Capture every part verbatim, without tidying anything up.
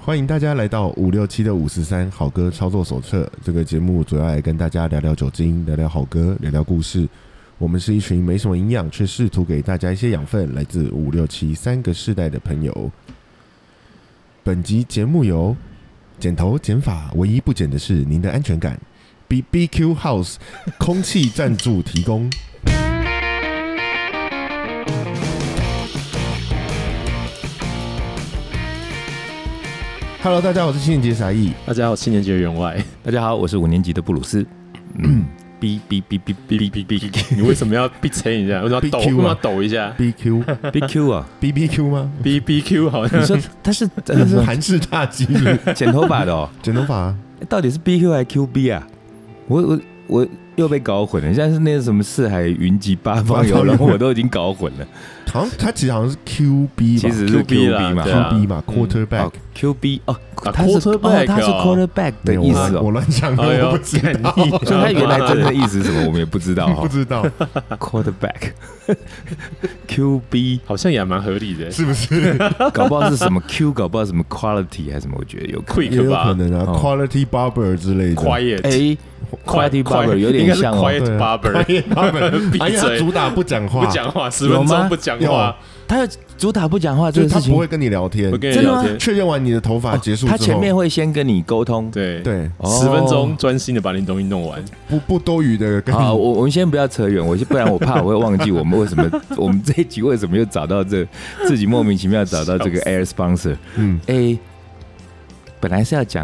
欢迎大家来到五六七的五四三好歌操作手册。这个节目主要来跟大家聊聊酒精，聊聊好歌，聊聊故事。我们是一群没什么营养，却试图给大家一些养分，来自五六七三个世代的朋友。本集节目由剪头剪发，唯一不剪的是您的安全感。B B Q House 空气赞助提供。Hello， 大家好，我是七年级的傻义。 大家好，七年级的员外。 大家好，我是五年级的布鲁斯。嗯，B B B B B B B， 你为什么要 B 撑一下？为什么要抖？为什么要抖一下 ？B Q B Q 啊 ，B B Q 吗 ？B B Q 好像你说他是那是韩式炸鸡， 剪头发的哦， 剪头发到底是 B Q 还是 Q B 啊？我我我又被搞混了，现在是那个什么四海云集八方游龙，我都已经搞混了。 好像他其实好像是 Q B 吧， 其实是 Q B 嘛 ，Q B 嘛 ，quarterback。Q B 哦，他是哦，他是 quarterback 的意思哦。 我乱讲的，我不知道。 所以他原来真的意思是什么，我们也不知道哈。 不知道 quarterback，Q B 好像也蛮合理的， 是不是？ 搞不好是什么 Q， 搞不好什么 quality 还是什么，我觉得有可能， 也有可能啊 ，quality barber 之类的。 Quiet， 哎 ，quality barber 有点像哦 ，Quiet barber， 而且他主打不讲话， 不讲话，十分钟不讲话。 他主打不讲话， 就是他不会跟你聊天， 真的吗？ 确认完你的头发结束之后， 他前面会先跟你沟通， 对对， 十分钟专心的把你东西弄完， 不不多余的跟你。 好，我我们先不要扯远，我不然我怕我会忘记我们为什么我们这一集为什么又找到这自己莫名其妙找到这个 Air Sponsor， 嗯，哎，本来是要讲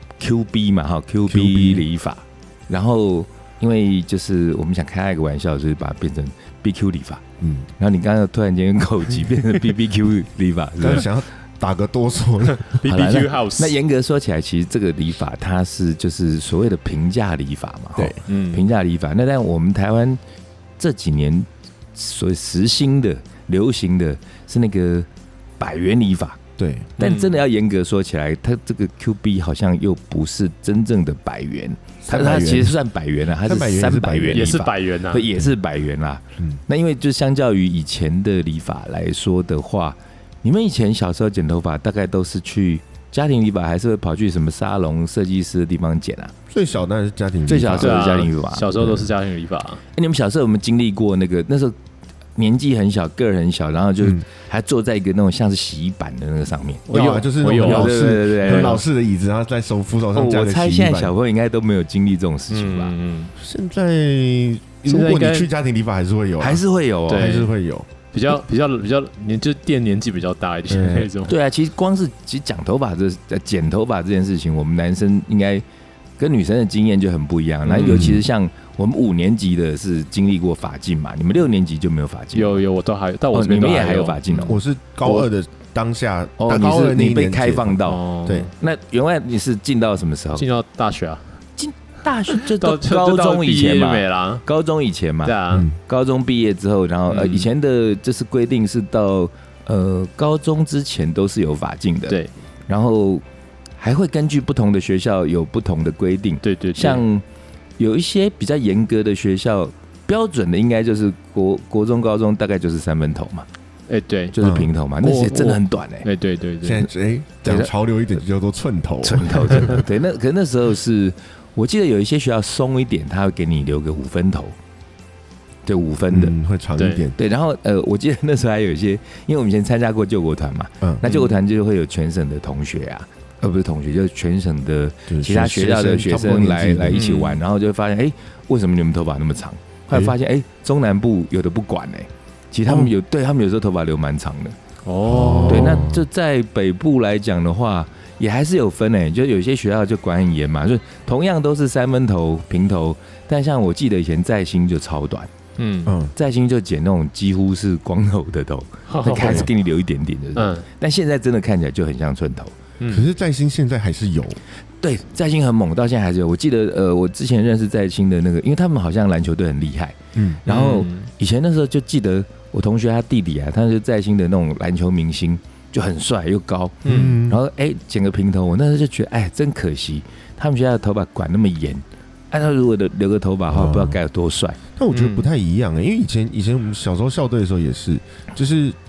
Q B 嘛，哈 ，Q B 理发，然后因为就是我们想开一个玩笑，就是把它变成 B Q 理发。嗯，然后你刚刚突然间口急变成 B B Q 理发，是想要打个哆嗦。 B B Q House。 那严格说起来，其实这个理发它是就是所谓的平价理发嘛， 对， 嗯，平价理发。那但我们台湾这几年所谓时兴的、流行的是那个百元理发。 对， 但真的要严格说起来，它这个 Q B 好像又不是真正的百元，它它其实算百元啊，它是三百元， 也是百元啊， 对，也是百元啦。嗯，那因为就相较于以前的理发来说的话，你们以前小时候剪头发，大概都是去家庭理发，还是会跑去什么沙龙、设计师的地方剪啊？ 最小当然是家庭理发， 最小时候是家庭理发， 小时候都是家庭理发。 哎，你们小时候有没有经历过那个那时候？年纪很小，个儿很小，然后就还坐在一个那种像是洗衣板的那个上面。 我有，就是那种老式、对对对，很老式的椅子，然后在手扶手上加个洗衣板。 我猜现在小朋友应该都没有经历这种事情吧？嗯， 现在如果你去家庭理发，还是会有， 还是会有， 还是会有。 比较比较比较，你就店年纪比较大一点那种。 对啊，其实光是其实讲头发这剪头发这件事情，我们男生应该跟女生的经验就很不一样。那尤其是像我们五年级的是经历过发禁嘛，你们六年级就没有发禁？ 有有，我都还，但我你们也还有发禁哦。 我是高二的当下， 哦，你是你被开放到， 对。 那原来你是进到什么时候？ 进到大学啊？ 进大学就到高中以前嘛， 没啦。 高中以前嘛， 对啊。 高中毕业之后，然后呃，以前的就是规定是到呃高中之前都是有发禁的， 对。 然后还会根据不同的学校有不同的规定， 对 对, 对， 像有一些比较严格的学校，标准的应该就是国国中、高中大概就是三分头嘛， 哎、欸、对， 就是平头嘛，嗯、那些真的很短哎、欸， 哎、欸、对对对， 现在哎讲潮流一点就叫做寸头， 寸头真的对，那可是那时候是我记得有一些学校松一点，他会给你留个五分头。对五分的、 嗯、会长一点， 对, 对，然后呃，我记得那时候还有一些，因为我们以前参加过救国团嘛，嗯，那救国团就会有全省的同学啊，而、呃、不是同学，就是全省的其他学校的学生来来一起玩，然后就会发现，哎，为什么你们头发那么长？后来发现，哎，中南部有的不管哎、欸，其实他们有、哦、对他们有时候头发留蛮长的哦，对，那就在北部来讲的话，也还是有分哎、欸，就有些学校就管很严嘛，就同样都是三分头平头，但像我记得以前在新就超短。嗯嗯，在新就剪那种几乎是光头的头，那开始给你留一点点的，嗯，但现在真的看起来就很像寸头。 嗯，可是在新现在还是有， 对，在新很猛，到现在还是有。我记得呃，我之前认识在新的那个，因为他们好像篮球队很厉害，嗯，然后以前那时候就记得我同学他弟弟啊，他是在新的那种篮球明星，就很帅又高，嗯，然后哎、欸、剪个平头，我那时候就觉得哎真可惜，他们学校的头发管那么严。按照如果的留个头发的话，不知道该有多帅。 但我觉得不太一样、欸、因为以前以前我们小时候校队的时候也是，就是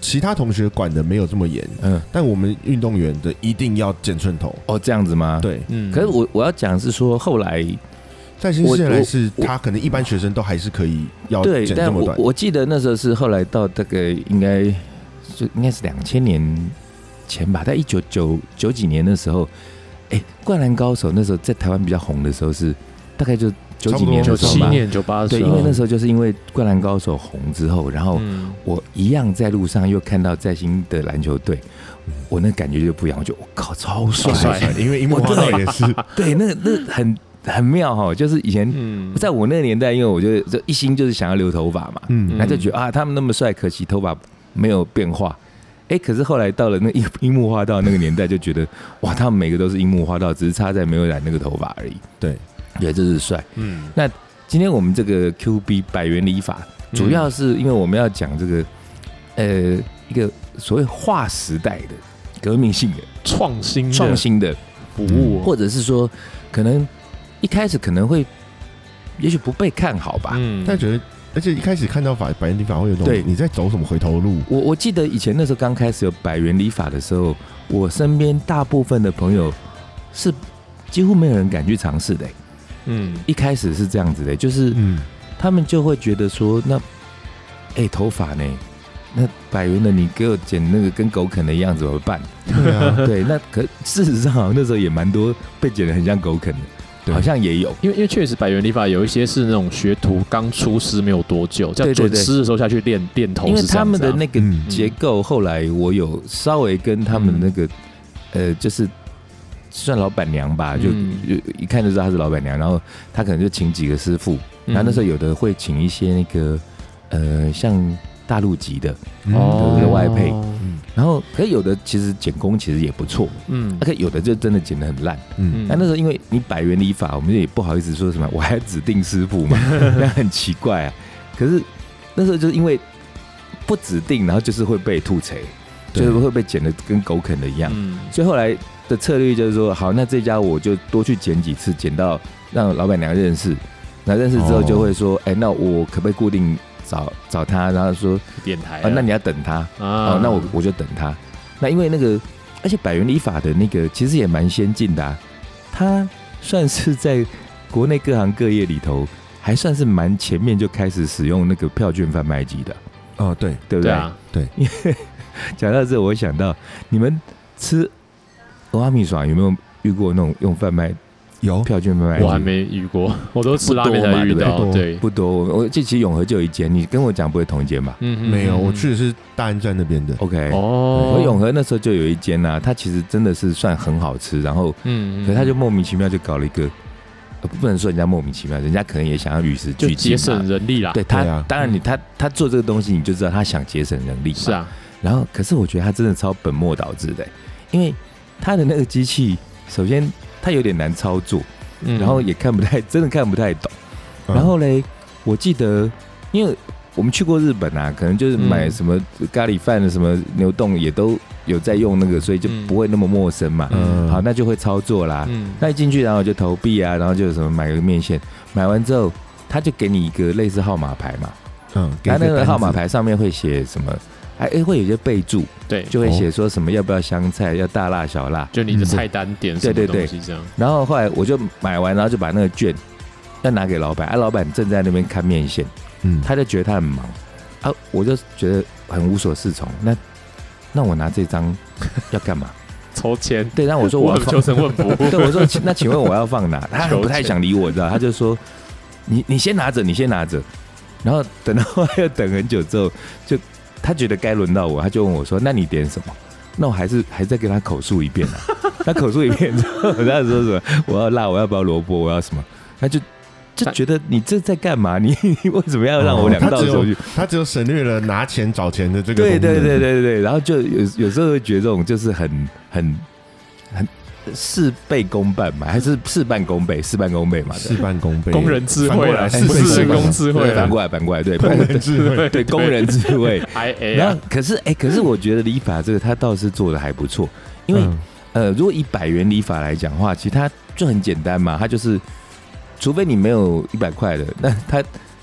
其他同学管的没有这么严，嗯，但我们运动员的一定要剪寸头。 哦，这样子吗？ 对， 嗯。可是我我要讲是说，后来在新西兰是他可能一般学生都还是可以要剪这么短。 对，但我我记得那时候是后来到这个应该就应该是两千年前吧，在一九九九几年的时候，哎、欸，灌篮高手那时候在台湾比较红的时候是大概就。九几年九七年九八对，因为那时候就是因为灌篮高手红之后，然后我一样在路上又看到在新的篮球队，我那感觉就不一样，我就我靠超帅， 因为樱木花道也是对，那那很很妙哈，就是以前在我那个年代，因为我就就一心就是想要留头发嘛，嗯，他就觉得啊他们那么帅，可惜头发没有变化。哎、欸，可是后来到了那樱木花道那个年代，就觉得哇，他们每个都是樱木花道，只是差在没有染那个头发而已。 对。 对，这是帅。嗯，那今天我们这个 Q B 百元理发，主要是因为我们要讲这个，呃，一个所谓划时代的、革命性的、 创新、 创新的服务， 或者是说，可能一开始可能会，也许不被看好吧。 嗯，但觉得，而且一开始看到法百元理发会有种，对，你在走什么回头路？ 我我记得以前那时候刚开始有百元理发的时候，我身边大部分的朋友是几乎没有人敢去尝试的、欸。嗯，一开始是这样子的，就是他们就会觉得说，那哎、欸、头发呢，那百元的你给我剪那个跟狗啃的一样怎么办？对啊，对，那可事实上好像那时候也蛮多被剪得很像狗啃的，好像也有， 因为因为确实百元理发有一些是那种学徒刚出师没有多久，叫准师的时候下去练练头， 因为他们的那个结构，后来我有稍微跟他们那个、嗯、呃就是。算老板娘吧，就一看就知道她是老板娘，然后她可能就请几个师傅，然后那时候有的会请一些那个呃像大陆籍的哦的外配，然后可是有的其实剪工其实也不错，嗯，而且有的就真的剪得很烂，嗯，那那时候因为你百元理发，我们也不好意思说什么我还指定师傅嘛，那很奇怪啊。可是那时候就是因为不指定，然后就是会被吐槽，就是会被剪得跟狗啃的一样，所以后来。的策略就是说，好，那这家我就多去剪几次，剪到让老板娘认识，那认识之后就会说，哎、哦欸，那我可不可以固定找找他？然后说电台、 啊，那你要等他啊、哦，那我我就等他。那因为那个，而且百元理发的那个其实也蛮先进的、啊，他算是在国内各行各业里头，还算是蛮前面就开始使用那个票券贩卖机的。 哦，对， 对不对？ 对啊， 对。 因为讲到这，我会想到你们吃。阿米爽有没有遇过那种用贩卖有票券贩卖机？ 我还没遇过，我都吃拉面才遇到。对， 不多。我这其实永和就有一间，你跟我讲不会同一间吧？ 嗯，没有，我去的是大安站那边的。 OK， 哦，我永和那时候就有一间啊，它其实真的是算很好吃，然后，嗯，可是他就莫名其妙就搞了一个，不能说人家莫名其妙，人家可能也想要与时俱进， 节省人力啦。 对他，啊、当然你他他做这个东西，你就知道他想节省人力嘛。 是啊， 然后可是我觉得他真的超本末倒置的，因为。他的那个机器，首先它有点难操作，嗯、然后也看不太，真的看不太懂。嗯、然后嘞，我记得，因为我们去过日本啊，可能就是买什么咖喱饭的什么牛丼也都有在用那个，所以就不会那么陌生嘛。嗯、好，那就会操作啦。嗯、那一进去，然后就投币啊，然后就什么买个面线，买完之后，他就给你一个类似号码牌嘛。嗯，他那个号码牌上面会写什么？还会有一些备注， 对， 就会写说什么要不要香菜，要大辣小辣， 就你的菜单点什么东西这样。 然后后来我就买完，然后就把那个券要拿给老板，啊，老板正在那边看面线，嗯，他就觉得他很忙，啊，我就觉得很无所适从。那那我拿这张要干嘛？ 抽签？ 对，然后我说我要放， 求神问卜。 对，我说那请问我要放哪？他不太想理我，知道？他就说你你先拿着，你先拿着。然后等到后来又等很久之后，就。他觉得该轮到我，他就问我说：“那你点什么？”那我还是还在跟他口述一遍啊。他口述一遍之后，他说什么？我要辣，我要包萝卜，我要什么？他就就觉得你这在干嘛？你为什么要让我两道手续？ 他只有省略了拿钱找钱的这个。 对对对对对，然后就有有时候会觉得这种就是很很很。事倍功半嘛，还是事半功倍？事半功倍嘛， 事半功倍， 工人智慧啦，事人工智慧， 反过来，反过来，对， 工人智慧， 对，工人智慧。 I A。 然后，可是，哎，可是我觉得理发这个他倒是做的还不错，因为呃，如果以百元理发来讲的话，其实它就很简单嘛，它就是，除非你没有一百块的，那它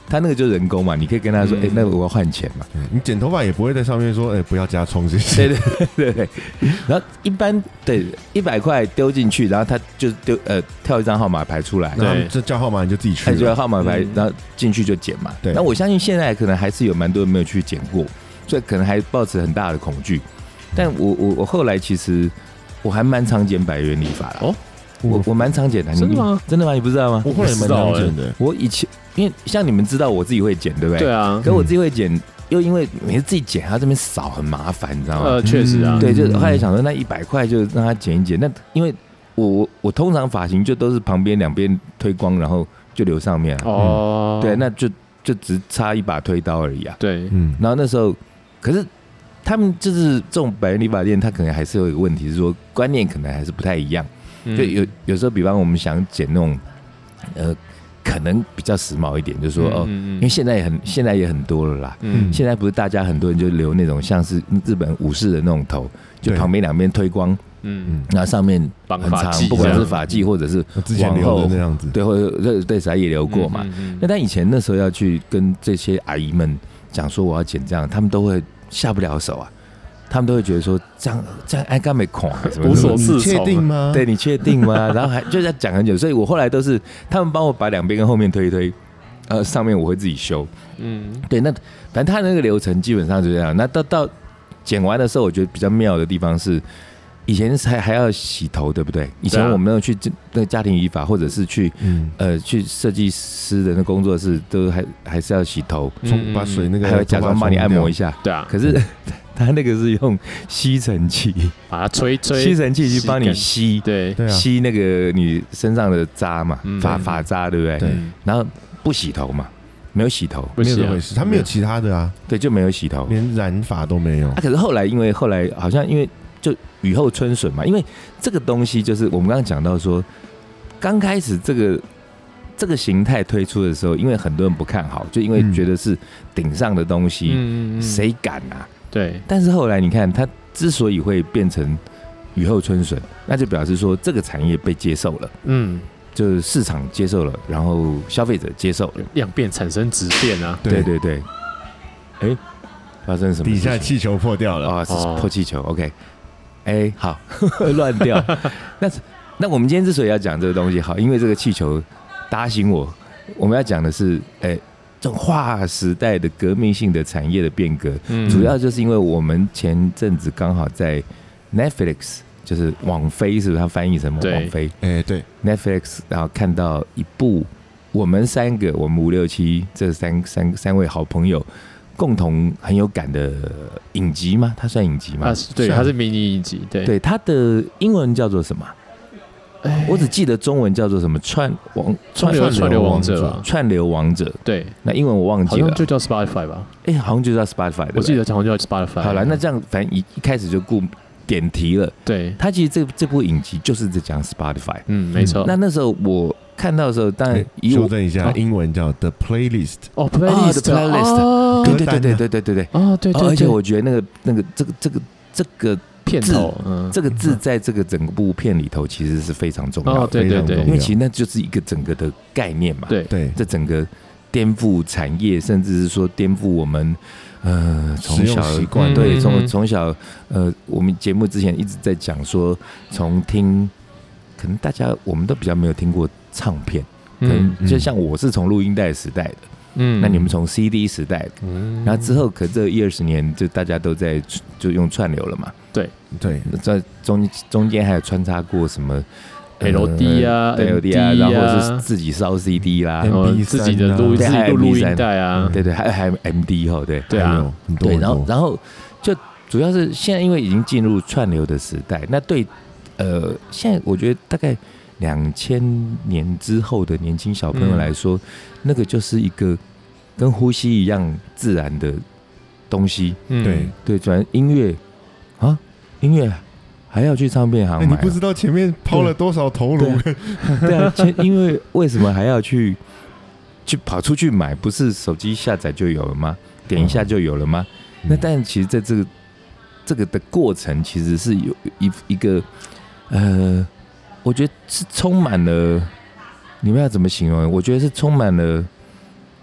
他那个就是人工嘛，你可以跟他说，哎、嗯欸，那我要换钱嘛。 你剪头发也不会在上面说，哎、欸，不要加葱，谢谢。 对对对对。然后一般对一百块丢进去，然后他就丢呃跳一张号码牌出来， 对，这叫号码你就自己去， 就要号码牌，然后进去就剪嘛。对。那我相信现在可能还是有蛮多人没有去剪过，所以可能还抱持很大的恐惧。但我我我后来其实我还蛮常剪百元理发了哦。我我蛮常剪的， 真的吗？ 真的吗？你不知道吗？ 我后来蛮常剪的。 我以前因为像你们知道我自己会剪，对不对？ 对啊。 可我自己会剪，又因为每次自己剪，他这边扫很麻烦，你知道吗？ 呃，确实啊。 对，就后来想说，那一百块就让他剪一剪。那因为我我我通常发型就都是旁边两边推光，然后就留上面哦。对，那就就只差一把推刀而已啊。 对， 嗯。然后那时候，可是他们就是这种百元理发店，他可能还是有一个问题，是说观念可能还是不太一样。就有有时候，比方我们想剪那种，呃，可能比较时髦一点，就是说哦，因为现在也很现在也很多了啦。嗯，现在不是大家很多人就留那种像是日本武士的那种头，就旁边两边推光，嗯，然后上面很长，不管是发髻或者是往后那样子， 对，或者对对，谁也留过嘛。那但以前那时候要去跟这些阿姨们讲说我要剪这样，他们都会下不了手啊。他们都会觉得说这样这样爱干没看， 无所适从。 你确定吗？ 对，你确定吗？然后还就在讲很久，所以我后来都是他们帮我把两边跟后面推一推，呃，上面我会自己修。嗯，对，那反正他那个流程基本上就这样。那到到剪完的时候，我觉得比较妙的地方是，以前还还要洗头，对不对？以前我们那去那个家庭理发，或者是去、嗯、呃去设计师的那工作室，都还还是要洗头， 嗯、把水那个还会假装帮你按摩一下。 对啊， 可是。他那个是用吸尘器把它吹吹， 吸尘器去帮你吸， 对， 吸那个你身上的渣嘛，发发渣，对不对？对。然后不洗头嘛，没有洗头， 没有这回事，他没有其他的啊， 对，就没有洗头， 连染发都没有。 啊，可是后来因为后来好像因为就雨后春笋嘛，因为这个东西就是我们刚刚讲到说，刚开始这个这个形态推出的时候，因为很多人不看好，就因为觉得是顶上的东西，谁敢啊？ 对， 但是后来你看，它之所以会变成雨后春笋，那就表示说这个产业被接受了，嗯，就是市场接受了，然后消费者接受了， 量变产生质变啊， 对对对，哎、欸，发生什么？ 底下气球破掉了啊、哦，是破气球 ，OK， 哎、欸，好，乱掉。那那我们今天之所以要讲这个东西，好，因为这个气球打醒我，我们要讲的是，哎、欸。这种划时代的革命性的产业的变革，嗯、主要就是因为我们前阵子刚好在 Netflix， 就是网飞，是不是它翻译成网飞？ 哎、欸，对 ，Netflix， 然后看到一部我们三个，我们五六七这三三三位好朋友共同很有感的影集吗？它算影集吗？ 啊、对，它是迷你影集，对， 对，它的英文叫做什么？我只记得中文叫做什么串王串流串流王者吧， 串流王者。对，那英文我忘记了， 好像就叫 Spotify 吧？ 哎、欸，好像就叫 Spotify， 我记得好像就叫 Spotify。 好了，那这样反正一一开始就顾点题了。 对， 他其实这这部影集就是在讲 Spotify。 嗯，没错。 那那时候我看到的时候，当然修正一下，英文叫 The Playlist。 哦 ，Playlist， The Playlist。对对对对对对对对。 哦，对对。 而且我觉得那个那个这个这个这个。 片头，嗯， 这个字在这个整部片里头其实是非常重要的， 哦，对对对， 因为其实那就是一个整个的概念嘛， 对对， 这整个颠覆产业，甚至是说颠覆我们呃从小习惯， 对，从从小呃，我们节目之前一直在讲说，从听，可能大家我们都比较没有听过唱片，可能就像我是从录音带时代的。嗯，那你们从 C D 时代的，嗯，然后之后可这一二十年就大家都在就用串流了嘛， 对对， 在中中间还有穿插过什么 L D 啊、 对 L D 啊，然后或是自己烧 C D 啦， 然后自己的录自己录录音带啊， 对对，还还有 M D 哈，对对啊， 对，然后然后就主要是现在因为已经进入串流的时代，那对呃现在我觉得大概两千年之后的年轻小朋友来说，嗯、那个就是一个跟呼吸一样自然的东西。 嗯、对对，转音乐啊，音乐还要去唱片行买、啊欸？你不知道前面抛了多少头颅？ 对, 对啊，因为为什么还要去去跑出去买？不是手机下载就有了吗？点一下就有了吗？嗯、那但其实在这个这个的过程，其实是有一一个呃。我觉得是充满了，你们要怎么形容？我觉得是充满了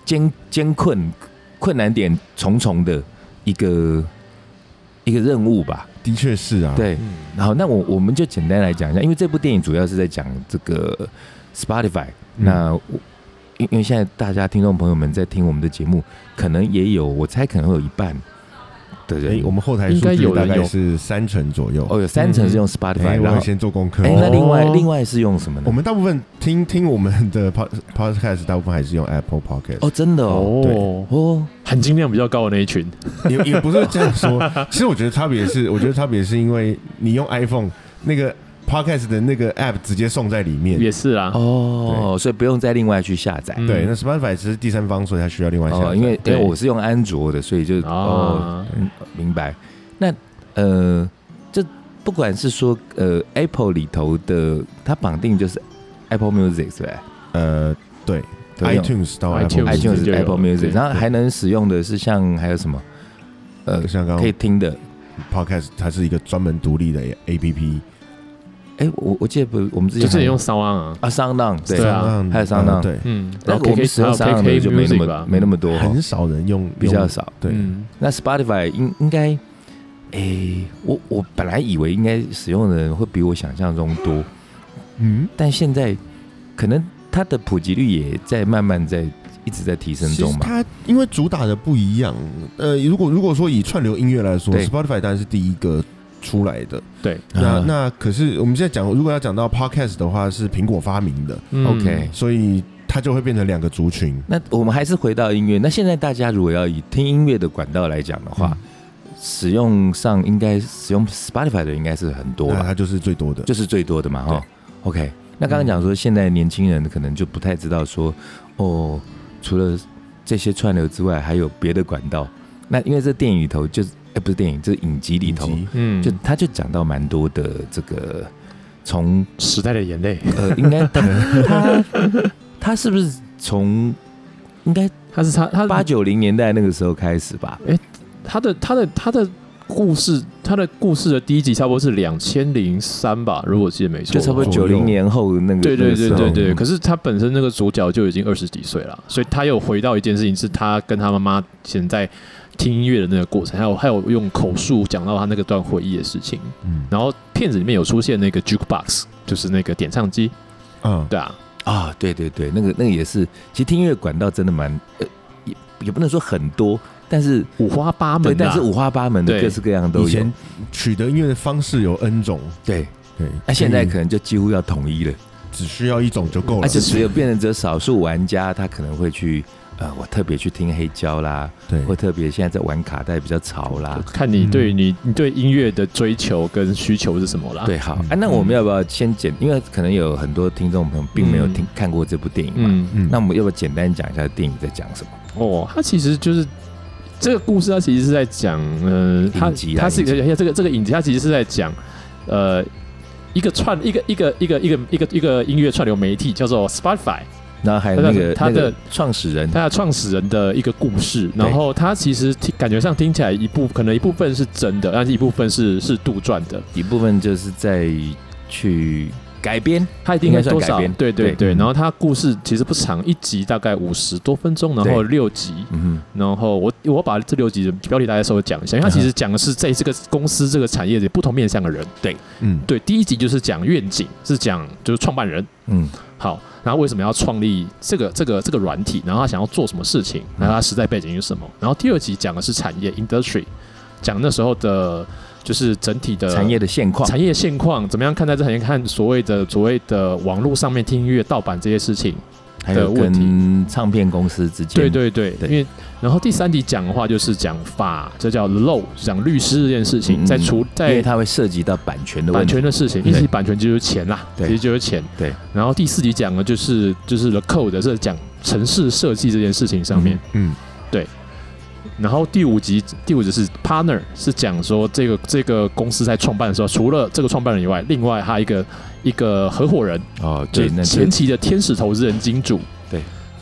艰艰困困难点重重的一个一个任务吧。 的确是啊， 对。然后那我我们就简单来讲一下，因为这部电影主要是在讲这个 Spotify、嗯。那我因为现在大家听众朋友们在听我们的节目，可能也有，我猜可能会有一半的人， 欸、我们后台数据大概是三成左右。 哦，有三成是用 Spotify，、嗯、 然后先做功课。 哎、欸，那另外、哦、另外是用什么呢？ 我们大部分听听我们的 podcast， 大部分还是用 Apple Podcast。 哦，真的哦， 对哦， 含金量比较高的那一群。 也也不是这样说，其实我觉得差别是，我觉得差别是因为你用 iPhone 那个。Podcast 的那个 App 直接送在里面， 也是啊， 哦，所以不用再另外去下载。 嗯、对，那 Spotify 只是第三方，所以它需要另外下载。 哦、因为因为我是用安卓的，所以就哦, 哦明白。那呃，这不管是说呃 Apple 里头的，它绑定就是 Apple Music 是吧？ 呃，对 ，iTunes 到 Apple iTunes Apple Music， 然后还能使用的是像还有什么？呃， 像刚刚可以听的 Podcast， 它是一个专门独立的 A P P。 哎、欸，我我记得不，我们之前就是用 Sound 啊， 啊 Sound On， 对啊， 还有 Sound On，、 嗯、对， 嗯， 然后我们使用 Sound On 的就没那么没那么多， 很少人用， 比较少。 对， 嗯、那 Spotify 应应该，哎、欸，我我本来以为应该使用的人会比我想象中多，嗯，但现在可能它的普及率也在慢慢在一直在提升中嘛。 它因为主打的不一样，呃，如果如果说以串流音乐来说 ，Spotify 当然是第一个。出来的对， 那那可是我们现在讲，如果要讲到 podcast 的话，是苹果发明的、 嗯、，OK， 所以它就会变成两个族群。 那我们还是回到音乐。那现在大家如果要以听音乐的管道来讲的话，嗯、使用上应该使用 Spotify 的应该是很多吧？ 它就是最多的， 就是最多的嘛，哈。OK， 那刚刚讲说，现在年轻人可能就不太知道说，哦，除了这些串流之外，还有别的管道。那因为这电影里头就是。哎、欸，不是电影，这是影集里头，嗯，就他就讲到蛮多的这个从时代的眼泪， 呃，应该他他他是不是从应该他是他他八九零年代那个时候开始吧？ 哎、欸，他的他的他的故事，他的故事的第一集差不多是两千零三吧，如果记得没错， 就差不多九零年后那个， 对对对对对。可是他本身那个主角就已经二十几岁了，所以他有回到一件事情，是他跟他妈妈现在。听音乐的那个过程，还有还有用口述讲到他那个段回忆的事情，嗯，然后片子里面有出现那个 jukebox， 就是那个点唱机，嗯，对啊， 啊，对对对，那个那个也是，其实听音乐管道真的蛮，呃，也也不能说很多，但是五花八门，对， 但是五花八门的各式各样都有。 以前取得音乐的方式有 N 种， 对对，那、啊、现在可能就几乎要统一了， 只需要一种就够了， 而且只有变成只有少数玩家，他可能会去。呃，我特别去听黑胶啦，对，或特别现在在玩卡带比较潮啦， 看你对你你对音乐的追求跟需求是什么啦。 对，好，嗯、啊，那我们要不要先简？因为可能有很多听众朋友并没有听、嗯、看过这部电影嘛，嗯嗯，那我们要不要简单讲一下电影在讲什么？ 哦，它其实就是这个故事，它其实是在讲，呃，它它是这个这个影集，它其实是在讲，呃，一个串一个一个一个一个一个一个音乐串流媒体叫做 Spotify。 然后还有那个他的创始人， 他的创始人的一个故事，然后他其实听感觉上听起来一部可能一部分是真的，但是一部分是是杜撰的， 一部分就是在去改编， 他一定该多少？对对对。然后他故事其实不长，一集大概五十多分钟，然后六集，嗯、然后我我把这六集的标题大概稍微讲一下，因为他其实讲的是在这个公司这个产业的不同面向的人。对，嗯，对，第一集就是讲愿景，是讲就是创办人，嗯，好。然后为什么要创立这个这个这个软体？然后他想要做什么事情？然后他时代背景是什么？然后第二集讲的是产业 industry， 讲那时候的，就是整体的产业的现况， 产业现况怎么样看待这产业？看所谓的所谓的网络上面听音乐盗版这些事情的问题， 跟唱片公司之间， 对对对，对因为然后第三集讲的话就是讲法，这叫 law， 讲律师这件事情，嗯、在除在因为它会涉及到版权的问题， 版权的事情，因为版权就是钱啦，其实就是钱。对。然后第四集讲的就是就是 the code， 是讲程式设计这件事情上面，嗯，嗯对。然后第五集第五集是 partner， 是讲说这个这个公司在创办的时候，除了这个创办人以外，另外还有一个一个合伙人哦，对，前期的天使投资人金主，对。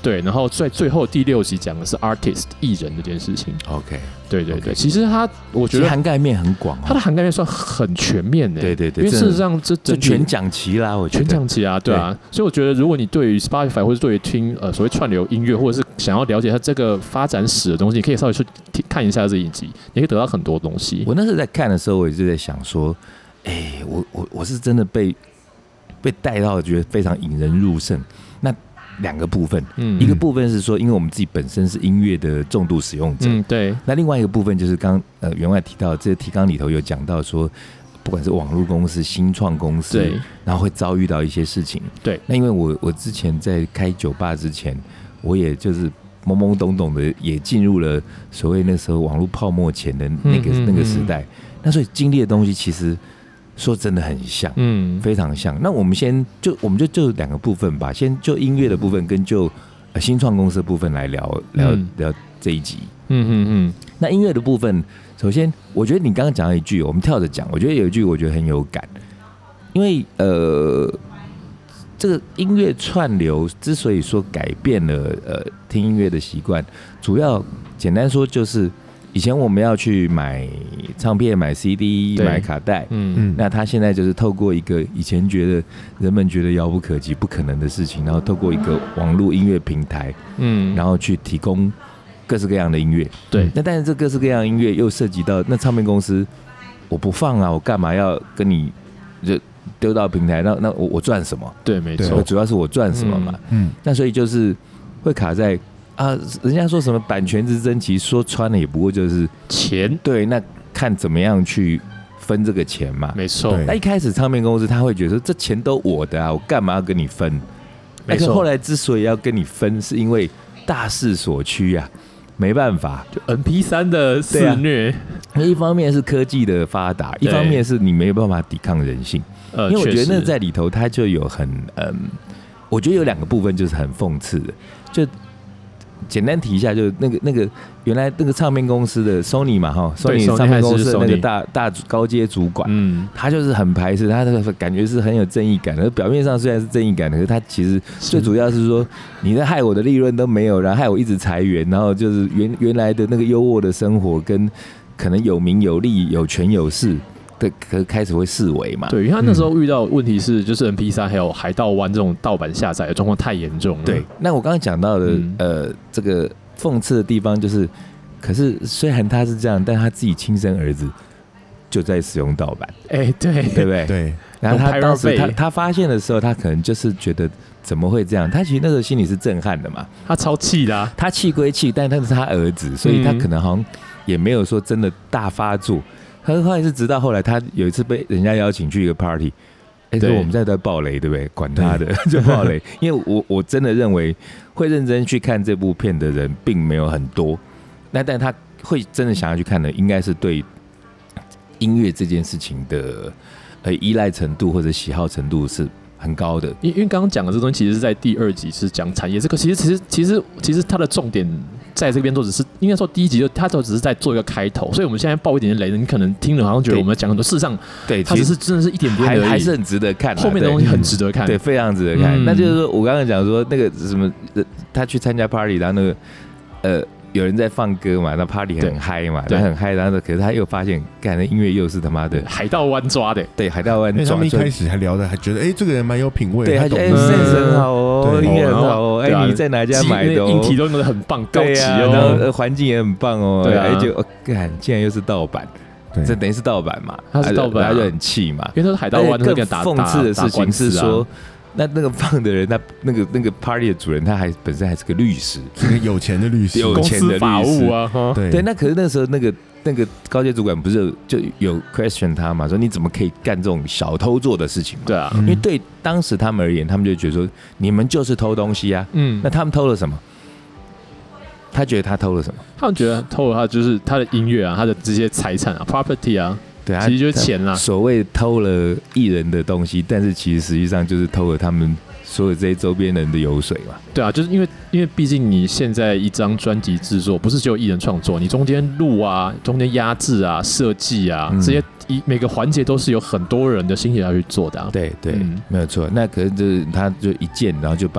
对，然后在最后第六集讲的是 artist 艺人这件事情。 OK， 对对对， okay. 其实它我觉得涵盖面很广、哦， 它的涵盖面算很全面的。 对对对， 因为事实上这这全讲齐啦，我觉得全讲齐啊，对啊。所以我觉得如果你对于 Spotify 或者对于听呃所谓串流音乐，或者是想要了解它这个发展史的东西，你可以稍微去看一下这一集，你可以得到很多东西。 我那时候在看的时候，我一直在想说，哎、欸，我我我是真的被被带到，觉得非常引人入胜。那两个部分，嗯，一个部分是说，因为我们自己本身是音乐的重度使用者， 嗯，对。 那另外一个部分就是刚呃员外提到，这个提纲里头有讲到说，不管是网络公司、新创公司， 对， 然后会遭遇到一些事情， 对。 那因为我我之前在开酒吧之前，我也就是懵懵懂懂的，也进入了所谓那时候网络泡沫前的那个、嗯、那个时代，那所以经历的东西其实。说真的很像，嗯，非常像。那我们先就我们就就两个部分吧，先就音乐的部分跟就、呃、新创公司的部分来聊聊、嗯、聊这一集。嗯嗯嗯。那音乐的部分，首先我觉得你刚刚讲了一句，我们跳着讲，我觉得有一句我觉得很有感，因为呃，这个音乐串流之所以说改变了呃听音乐的习惯，主要简单说就是。以前我们要去买唱片、买 C D、买卡带，嗯，那他现在就是透过一个以前觉得人们觉得遥不可及、不可能的事情，然后透过一个网络音乐平台，嗯，然后去提供各式各样的音乐， 对。 那但是这各式各样的音乐又涉及到那唱片公司，我不放啊，我干嘛要跟你就丢到平台？那那我我赚什么？ 对，没错， 主要是我赚什么嘛，嗯。那所以就是会卡在。啊，人家说什么版权之争，其实说穿了也不过就是钱。 对，那看怎么样去分这个钱嘛。 没错。 那一开始唱片公司他会觉得说，这钱都我的啊，我干嘛要跟你分？没错。后来之所以要跟你分，是因为大势所趋啊，没办法， 就 M P 三 的肆虐。 那、啊、一方面是科技的发达，一方面是你没有办法抵抗人性。呃，因为我觉得那在里头它就有很嗯，我觉得有两个部分就是很讽刺的，就。简单提一下，就那个那个原来那个唱片公司的 Sony 嘛，哈 ，Sony 唱片公司的那个大大高阶主管，嗯，他就是很排斥，他那个感觉是很有正义感的。表面上虽然是正义感，可是他其实最主要是说，你在害我的利润都没有，然后害我一直裁员，然后就是原原来的那个优渥的生活跟可能有名有利、有权有势。对，可开始会视为嘛？ 对，因为他那时候遇到问题是，就是 M P 三 还有海盗湾这种盗版下载的状况太严重了。 对，那我刚刚讲到的、嗯，呃，这个讽刺的地方就是，可是虽然他是这样，但他自己亲生儿子就在使用盗版。 哎、欸，对， 对不对？ 对。 然后他当时他他发现的时候，他可能就是觉得怎么会这样？他其实那时候心里是震撼的嘛。 他超气的、啊， 他气归气，但他是他儿子，所以他可能好像也没有说真的大发作。可是后来是直到后来，他有一次被人家邀请去一个 party， 哎、欸，说我们在在爆雷，对不对？管他的，就爆雷。因为我我真的认为会认真去看这部片的人并没有很多，那但他会真的想要去看的，应该是对音乐这件事情的呃依赖程度或者喜好程度是很高的。 因为刚刚讲的这东西，其实是在第二集是讲产业这个，其实其实其实其实它的重点。在这边都只是应该说第一集就他都只是在做一个开头，所以我们现在爆一点点雷，你可能听了好像觉得我们讲很多，事实上对，它只是真的是一点点而已， 还是很值得看、啊。 后面的东西很值得看， 对，对非常值得看。嗯、那就是说我刚刚讲说那个什么，他去参加 party， 然后那个呃有人在放歌嘛，那 party 很嗨嘛，然后很嗨，然后可是他又发现，干的音乐又是他妈的海盗湾抓的， 对，海盗湾抓。 他们一开始还聊的，还觉得哎、欸，这个人蛮有品味， 对，他觉得哎 sense 很好哦，音乐很好哦，哎、啊，你在哪家买的、哦？ 硬体都弄得很棒，高级哦， 然后环境也很棒哦，对啊，就干，竟然又是盗版。这等于是盗版嘛， 他是盗版、啊， 他就很气嘛。 因为他是海盗湾，更讽刺的事情是说，那那个放的人，他那个那个 party 的主人，他还本身还是个律师， 是个有钱的律师， 有钱的律师法务啊。 对对，那可是那时候那个那个高阶主管不是就有 question 他嘛，说你怎么可以干这种小偷做的事情嘛？ 对啊， 因为对当时他们而言，他们就觉得说你们就是偷东西啊。嗯，那他们偷了什么？他觉得他偷了什么？ 他们觉得偷了他就是他的音乐啊，他的这些财产啊 ，property 啊。 对啊， 其实就是钱啦。 所谓偷了艺人的东西，但是其实实际上就是偷了他们所有这些周边人的油水嘛。 对啊，就是因为因为毕竟你现在一张专辑制作不是只有艺人创作，你中间录啊、中间压制啊、设计啊、嗯、这些一每个环节都是有很多人的心血要去做的、啊。 对对、嗯，没有错。那可是就是他就一键，然后就把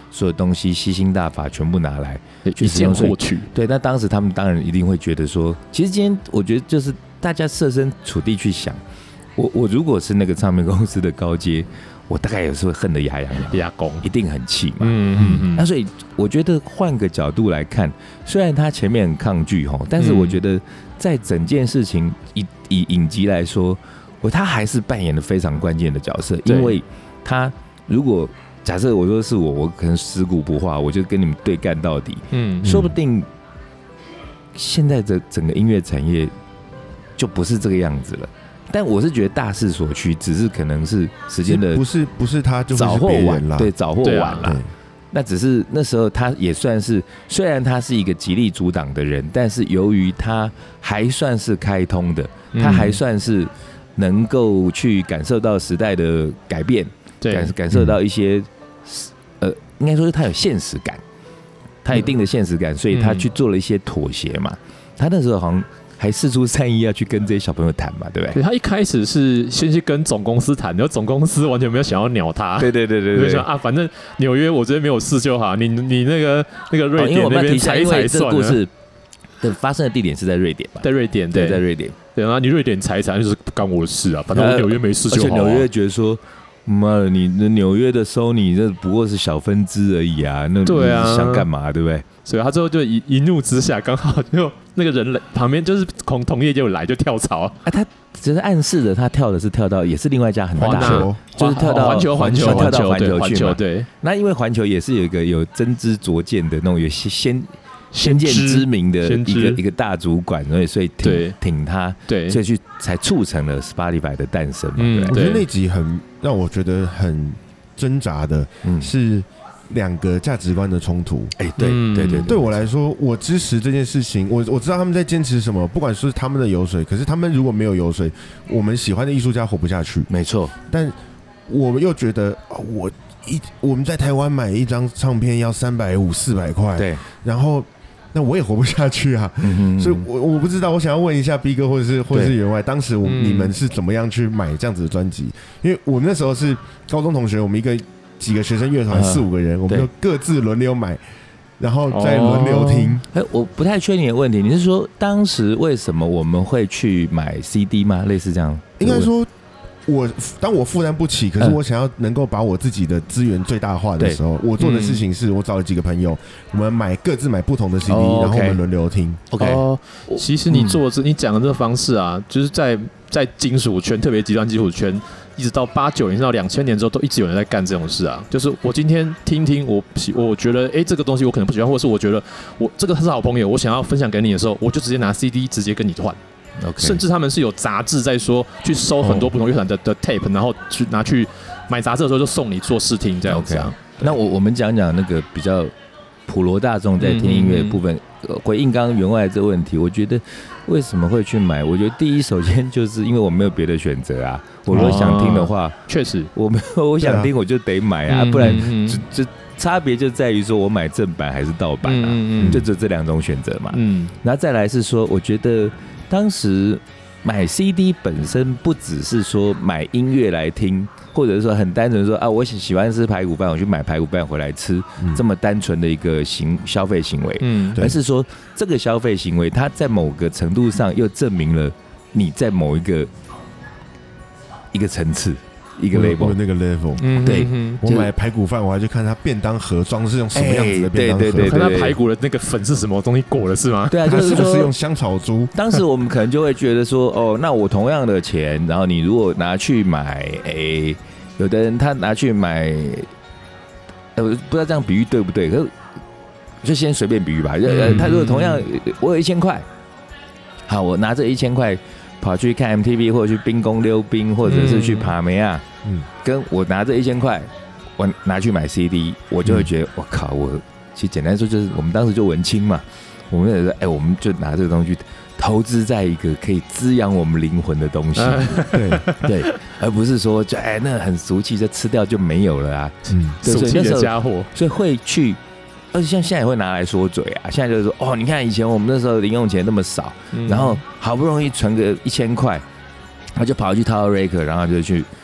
所有东西吸星大法全部拿来去使用，获取。 对，那当时他们当然一定会觉得说，其实今天我觉得就是大家设身处地去想，我我如果是那个唱片公司的高阶，我大概也是会恨得牙痒痒， 牙弓一定很气嘛。 嗯嗯嗯。 那所以我觉得换个角度来看，虽然他前面很抗拒吼，但是我觉得在整件事情以以影集来说，我他还是扮演了非常关键的角色，因为他如果假设我说是我，我可能尸骨不化，我就跟你们对干到底。嗯，说不定现在的整个音乐产业就不是这个样子了。但我是觉得大势所趋，只是可能是时间的不是不是他就早或晚啦， 对，早或晚啦。那只是那时候他也算是，虽然他是一个极力阻挡的人，但是由于他还算是开通的，他还算是能够去感受到时代的改变，感感受到一些。呃，应该说是他有现实感，他有一定的现实感，所以他去做了一些妥协嘛。他那时候好像还释出善意要去跟这些小朋友谈嘛，对不对？ 对，他一开始是先去跟总公司谈，然后总公司完全没有想要鸟他。 对对对对对， 就说啊，反正纽约我这边没有事就好，你你那个那个瑞典那边裁一裁算了。 故事的发生的地点是在瑞典嘛？ 在瑞典，对， 在瑞典。 对，然后你瑞典裁一裁就是不干我的事啊，反正我纽约没事就好。 而且纽约觉得说。妈的，你纽约的 Sony 这不过是小分支而已啊，那对啊， 想干嘛，对不对？ 所以他最后就一一怒之下，刚好就那个人旁边就是同同业就来就跳槽啊， 他只是暗示的，他跳的是跳到也是另外一家很大的，就是跳到环球环球跳到环球去嘛。 对， 那因为环球也是有一个有真知灼见的那种有先。先见之明的一个一个大主管，所以所以挺挺他， 对， 所以去才促成了 Spotify 的诞生嘛。 嗯， 我觉得那集很让我觉得很挣扎的，是两个价值观的冲突。 哎、欸，对对对， 对我来说，我支持这件事情，我我知道他们在坚持什么，不管是他们的油水，可是他们如果没有油水，我们喜欢的艺术家活不下去。 没错，但我们又觉得，我一我们在台湾买一张唱片要三百五四百块， 对， 然后。那我也活不下去啊，嗯、所以我我不知道，我想要问一下 B 哥或者是或者是员外，当时我、嗯、你们是怎么样去买这样子的专辑？因为我们那时候是高中同学，我们一个几个学生乐团四五个人，我们就各自轮流买，然后再轮流听。 哎、哦，我不太确定你的问题，你是说当时为什么我们会去买 C D 吗？类似这样？ 应该说。我当我负担不起，可是我想要能够把我自己的资源最大化的时候，嗯、我做的事情是我找了几个朋友，我们买各自买不同的 C D，、哦、然后我们轮流听。 OK， 哦，其实你做这、嗯、你讲的这个方式啊，就是在在金属圈，特别极端金属圈，一直到八九年到两千年之后，都一直有人在干这种事啊。就是我今天听听我我觉得，哎、欸，这个东西我可能不喜欢，或者是我觉得我这个是好朋友，我想要分享给你的时候，我就直接拿 C D 直接跟你换。Okay. 甚至他们是有杂志在说，去收很多不同乐团的的 tape， 然后去拿去买杂志的时候就送你做试听这样子啊。 Okay. 那我我们讲讲那个比较普罗大众在听音乐的部分，嗯嗯回应刚刚员外这个问题，我觉得为什么会去买？我觉得第一首先就是因为我没有别的选择啊。我如果想听的话， 确、哦、实我没有我想听我就得买啊，啊不然就就差别就在于说我买正版还是盗版啊，嗯嗯就只有这两种选择嘛。嗯，然后再来是说，我觉得。当时买 C D 本身不只是说买音乐来听，或者是说很单纯说啊，我喜欢吃排骨饭，我去买排骨饭回来吃，嗯、这么单纯的一个行消费行为，嗯，而是说这个消费行为，它在某个程度上又证明了你在某一个一个层次。一个 level， 那个 level， 嗯， 对， 我买排骨饭，我还去看它便当盒装的是用什么样子的便当盒， 欸、对对对对看它排骨的那个粉是什么东西裹的，是吗？ 对啊，就是说是用香草猪。 当时我们可能就会觉得说，哦，那我同样的钱，然后你如果拿去买，哎、欸，有的人他拿去买，呃，不知道这样比喻对不对？可是就先随便比喻吧。呃、嗯，他如果同样，我有一千块，好，我拿这一千块。跑去看 M T V 或者去冰宫溜冰，或者是去爬梅啊，嗯，跟我拿这一千块，我拿去买 C D， 我就会觉得，我、嗯、靠，我其实简单说就是我们当时就文青嘛，我们也说，哎、欸，我们就拿这个东西去投资在一个可以滋养我们灵魂的东西，对对，而不是说就哎、欸、那很俗气，就吃掉就没有了啊， 嗯，俗气的家伙， 所以会去。而且像现在也会拿来说嘴啊，现在就是说哦，你看以前我们那时候零用钱那么少，嗯、然后好不容易存个一千块，他就跑去掏 Raker， 然后就去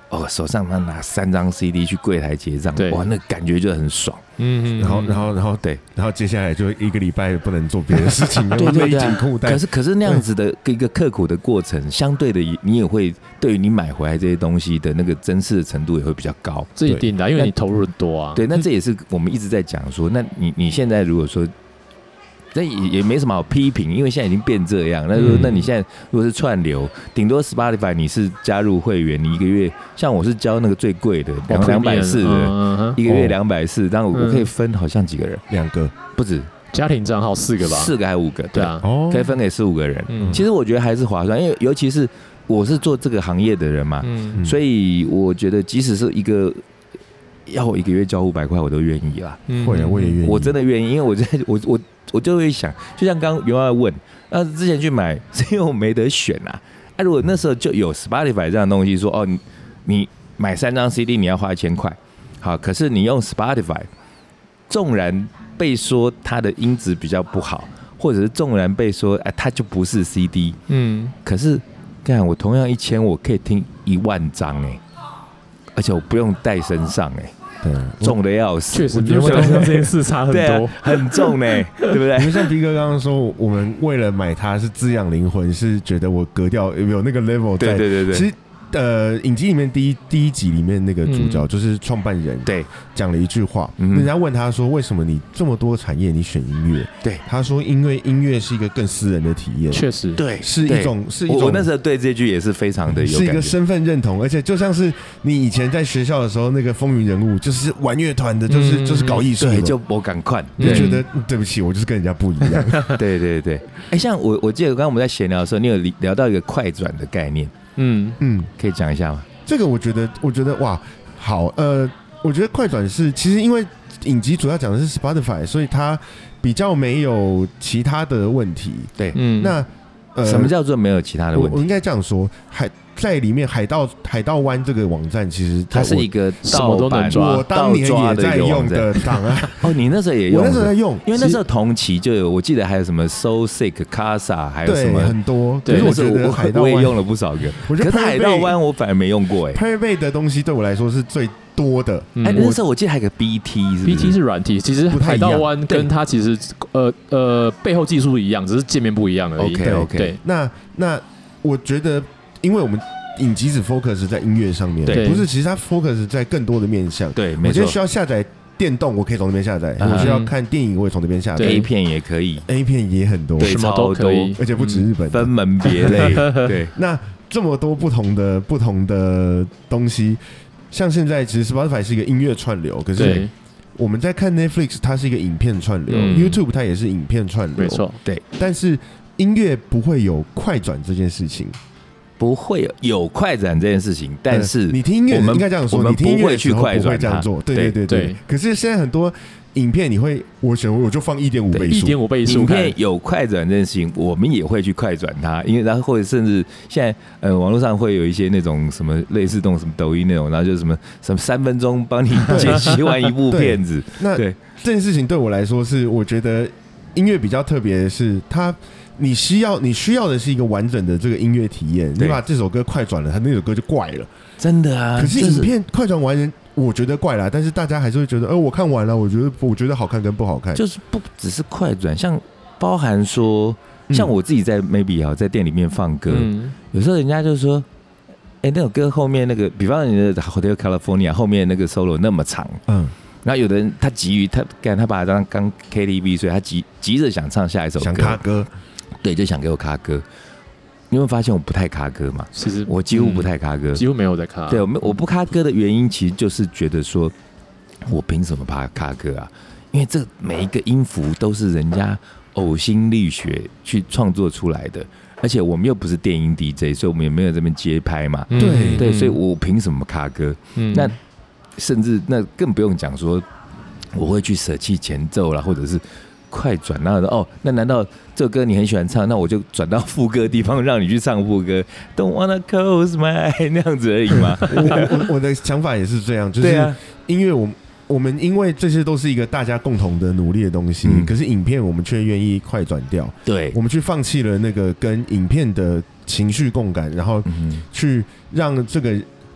哦，手上他拿三张 C D 去柜台结账，哇，那感觉就很爽。 嗯，然后然后然后对，然后接下来就一个礼拜不能做别的事情， 对对对、 勒紧裤带。 可是可是那样子的一个刻苦的过程，相对的你也会对于你买回来这些东西的那个珍视的程度也会比较高。 这一定的，因为你投入很多啊。 对，那这也是我们一直在讲说，那你你现在如果说。那也也没什么好批评，因为现在已经变这样。那说，那你现在如果是串流，顶多 Spotify 你是加入会员，你一个月像我是交那个最贵的两两百四的，一个月两百四，但我我可以分好像几个人， 两个不止， 家庭账号四个吧， 四个还是五个？ 对啊， 可以分给四五个人。其实我觉得还是划算，因为尤其是我是做这个行业的人嘛，所以我觉得即使是一个。要我一个月交五百块，我都愿意啦。 会啊，我也愿意， 我真的愿意，因为我在我我我就会想，就像刚刚袁外问，那之前去买是因为我没得选啊。啊，如果那时候就有 Spotify 这样的东西，说哦，你你买三张 C D 你要花一千块，好，可是你用 Spotify， 纵然被说它的音质比较不好，或者是纵然被说哎它就不是 C D， 嗯，可是看我同样一千，我可以听一万张哎、欸，而且我不用带身上哎、欸。对，重的要死， 确实，你有没有这件事差很多， 啊、很重呢、欸，对不对？ 因为像皮哥刚刚说，我们为了买它是滋养灵魂，是觉得我格调有那个 level 在， 对对对对。 其实呃，影集里面第一第一集里面那个主角、嗯、就是创办人，对，讲了一句话，嗯、人家问他说，为什么你这么多产业你选音乐？对，他说，因为音乐是一个更私人的体验， 确实， 对， 是一种是一种。 我那时候对这句也是非常的有感觉， 是一个身份认同，而且就像是你以前在学校的时候，那个风云人物，就是玩乐团的，就是、嗯、就是搞艺术的， 对，就我赶快， 就觉得、嗯、对不起，我就是跟人家不一样。 对对对，哎、欸，像我我记得刚刚我们在闲聊的时候，你有聊到一个快转的概念，嗯嗯，可以讲一下吗？ 这个我觉得，我觉得哇，好，呃，我觉得快转是其实因为影集主要讲的是 Spotify， 所以它比较没有其他的问题。对，嗯，那呃，什么叫做没有其他的问题？ 我, 我应该这样说，海在里面海盗海盗湾这个网站，其实它是一个什么都能抓， 我当年也在用的档案。 哦，你那时候也用？ 我那时候在用， 因为那时候同期就有，我记得还有什么 So Sick、Casa， 还有什么很多。 对， 可是我觉得海盗湾我也用了不少个。我觉得海盗湾我反而没用过哎、 欸。Private 的东西对我来说是最多的。 哎、嗯，那时候我记得还有个 B T， 是 B T 是软体，其实海盗湾跟它其实呃呃背后技术一样，只是界面不一样而已。 OK OK。 对， 那那我觉得，因为我们。影集只 focus 在音乐上面，不是，其实它 focus 在更多的面向。 对， 我今天需要下载电动，我可以从那边下载；嗯、我需要看电影，我也从那边下载。 A 片也可以 ，A 片也很多， 什么都可以， 而且不止日本， 分门别类。对， 那这么多不同的不同的东西，像现在其实 Spotify 是一个音乐串流，可是我们在看 Netflix， 它是一个影片串流、嗯、，YouTube 它也是影片串流， 没错， 对。但是音乐不会有快转这件事情。 不会有快转这件事情，但是你听音乐应该这样说，你听音乐去快转， 不会这样做。对对对对。可是现在很多影片，你会我选我就放一点五倍速， 一点五倍速。 影片有快转这件事情，我们也会去快转它，因为然后或者甚至现在呃网络上会有一些那种什么类似那种什么抖音那种，然后就是什么什么三分钟帮你解析完一部片子。 那对这件事情对我来说是，我觉得音乐比较特别的是它。你需要你需要的是一个完整的这个音乐体验，你把这首歌快转了，它那首歌就怪了， 真的啊。 可是影片快转完，我觉得怪了，但是大家还是会觉得，呃，我看完了，我觉得我觉得好看跟不好看， 就是不只是快转，像包含说，像我自己在 maybe 啊，在店里面放歌，嗯、有时候人家就说，哎、欸，那首歌後面那個，比方你的 Hotel California 後面那個 solo 那麼長，嗯。然後有的人他急於他幹他把它當當 K T V， 所以他急急着想唱下一首歌， 想卡歌， 對，就想給我卡歌。你有沒有發現我不太卡歌嘛？ 其實我幾乎不太卡歌， 嗯、幾乎沒有在卡。 對，我我不卡歌的原因，其實就是覺得說，我憑什麼怕卡歌啊？因為這每一個音符都是人家嘔心瀝血去創作出來的。而且我們又不是電音 D J， 所以我們也沒有這邊接拍嘛。 對、嗯、 對，所以我憑什麼卡歌？嗯、那甚至那更不用講說，我會去捨棄前奏啦，或者是快轉。然後哦，那難道這首歌你很喜歡唱，那我就轉到副歌的地方讓你去唱副歌 ，Don't wanna close my eye 那樣子而已嗎？ 我我我的想法也是這樣，就是音樂我我們因為這些都是一個大家共同的努力的東西，嗯、可是影片我們卻願意快轉掉， 對， 我們去放棄了那個跟影片的情緒共感，然後去讓這個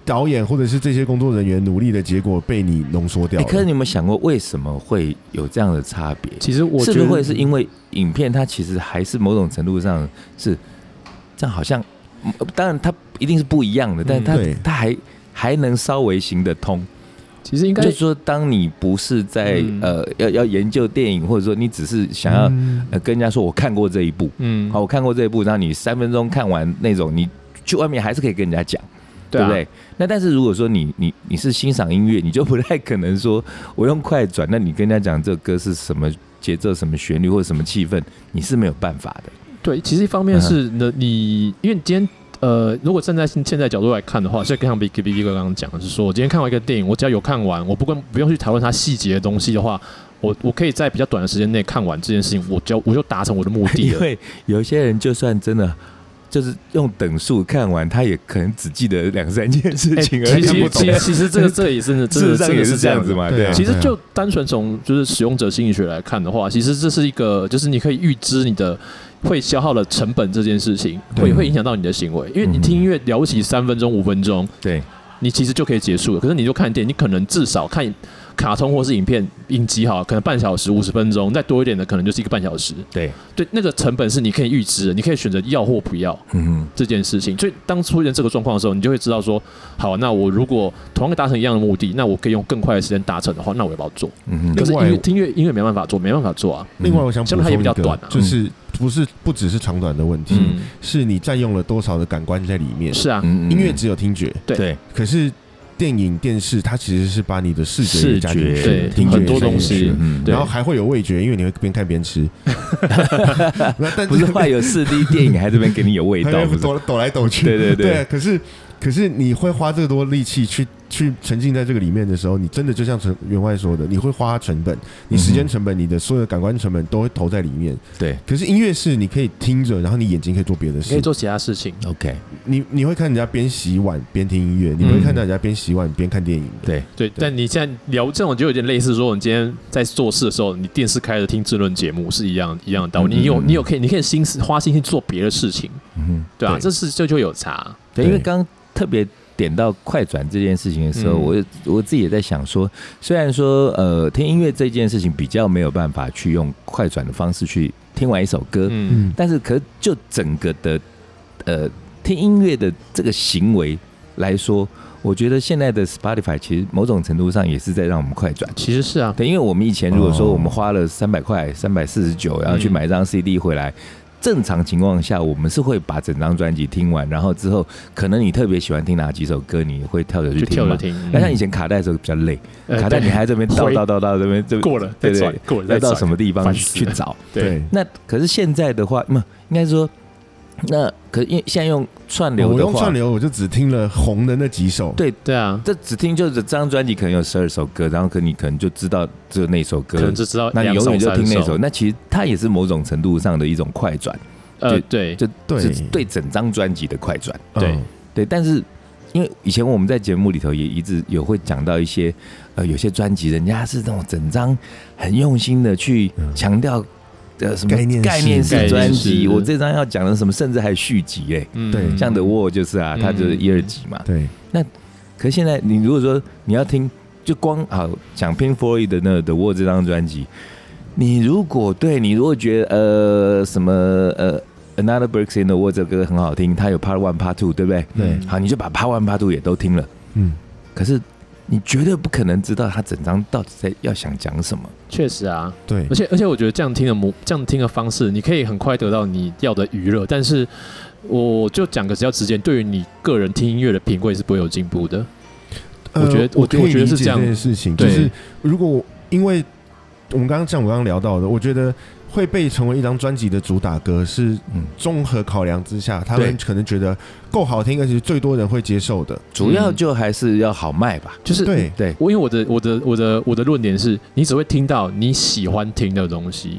导演或者是这些工作人员努力的结果被你浓缩掉了。 欸、可是你有没有想过，为什么会有这样的差别？ 其实我觉得是不是会是因为影片它其实还是某种程度上是这样，好像当然它一定是不一样的，但是它、嗯、它还还能稍微行得通。 其实应该就是说，当你不是在、嗯、呃要要研究电影，或者说你只是想要、嗯呃、跟人家说我看过这一部，嗯，好，我看过这一部，然后你三分钟看完那种，你去外面还是可以跟人家讲，对不对？啊、那但是如果说你你你是欣赏音乐，你就不太可能说我用快转，那你跟人家讲这个歌是什么节奏、什么旋律或者什么气氛，你是没有办法的。 对，其实一方面是呢，你因为你今天。呃，如果站在现在角度来看的话，所以像 B B B 哥刚刚讲的是说，我今天看完一个电影，我只要有看完，我不跟不用去讨论它细节的东西的话，我我可以在比较短的时间内看完这件事情，我就我就达成我的目的了。 因为有一些人就算真的就是用等数看完，他也可能只记得两三件事情而已。 其实其实其实这个这也是真的真的是这样子嘛？对、啊。其实就单纯从就是使用者心理学来看的话，其实这是一个就是你可以预知你的。会消耗的成本这件事情，会会影响到你的行为，因为你听音乐了不起三分钟、五分钟，对，你其实就可以结束了。可是你就看电影，你可能至少看卡通或是影片影集好，可能半小时、五十分钟，再多一点的可能就是一个半小时。对对，那个成本是你可以预知的，你可以选择要或不要、嗯、这件事情。所以当出现这个状况的时候，你就会知道说，好，那我如果同样达成一样的目的，那我可以用更快的时间达成的话，那我要不要做？嗯、可是音乐听乐音乐没办法做，没办法做啊。 另外，我想补充一个， 相对它也比较短啊， 就是。不是不只是长短的问题、嗯，是你占用了多少的感官在里面。 是啊， 音乐只有听觉，对。可是电影、电视它其实是把你的视觉也加进去， 对， 听觉很多东西， 然后还会有味觉，因为你会边看边吃。 但不是会有四 D 电影，还这边给你有味道， 抖抖来抖去。 对对 对, 对。可是可是你会花这么多力气去。去沉浸在这个里面的时候，你真的就像员外说的，你会花成本，你时间成本，你的所有的感官成本都会投在里面。对。可是音乐是你可以听着，然后你眼睛可以做别的事， 可以做其他事情。 OK。 你你会看人家边洗碗边听音乐，你会看到人家边洗碗边看电影。 对对。但你现在聊这种就有点类似说，你今天在做事的时候，你电视开着听政论节目是一样一样的道理。你有你有可以你可以心思花心思做别的事情。嗯，对啊，这是这就有差。 对，因为刚刚特别。点到快转这件事情的时候，嗯、我我自己也在想说，虽然说呃听音乐这件事情比较没有办法去用快转的方式去听完一首歌，嗯，但是可就整个的呃听音乐的这个行为来说，我觉得现在的 Spotify 其实某种程度上也是在让我们快转。 其实是啊， 对，因为我们以前如果说我们花了三百块、三百四十九，然后去买一张 C D 回来。正常情况下，我们是会把整张专辑听完，然后之后可能你特别喜欢听哪几首歌，你会跳着去听嘛？那、嗯、像以前卡带的时候比较累，呃、卡带你还在这边倒倒倒倒这边， 过了，对对，过了， 要到什么地方去找？对，那可是现在的话，应该说。那可是因为现在用串流的话，我用串流我就只听了红的那几首。 对对啊， 这只听就是这张专辑可能有十二首歌，然后可你可能就知道只有那首歌， 可能就知道， 那你永远就听那首。那其实它也是某种程度上的一种快转， 呃，对， 就对对整张专辑的快转，对、嗯、对。但是因为以前我们在节目里头也一直有会讲到一些呃有些专辑，人家是那种整张很用心的去强调。呃，什么概念式专辑？我这张要讲的什么，甚至还续集哎、欸，嗯、对，像 The Wall 就是啊，它就是一二集嘛。对，那可是现在你如果说你要听，就光好讲 Pink Floyd 的那 The Wall 这张专辑，你如果对你如果觉得呃什么呃 Another Bricks in the Wall 这歌很好听，它有 Part One、Part Two， 对不对？对，好，你就把 Part One、Part Two 也都听了，嗯，可是。你绝对不可能知道他整张到底在要想讲什么。 确实啊，对，而且而且我觉得这样听的模这样听的方式，你可以很快得到你要的娱乐，但是我就讲个比较直接，对于你个人听音乐的品味是不会有进步的。呃、我觉得我我觉得是这样这件事情，就是如果因为我们刚刚像我刚刚聊到的，我觉得。会被成为一张专辑的主打歌，是综合考量之下，他们可能觉得够好听，而且最多人会接受的。 主要就还是要好卖吧。 就是对对，我因为我的我的我的我的论点是，你只会听到你喜欢听的东西。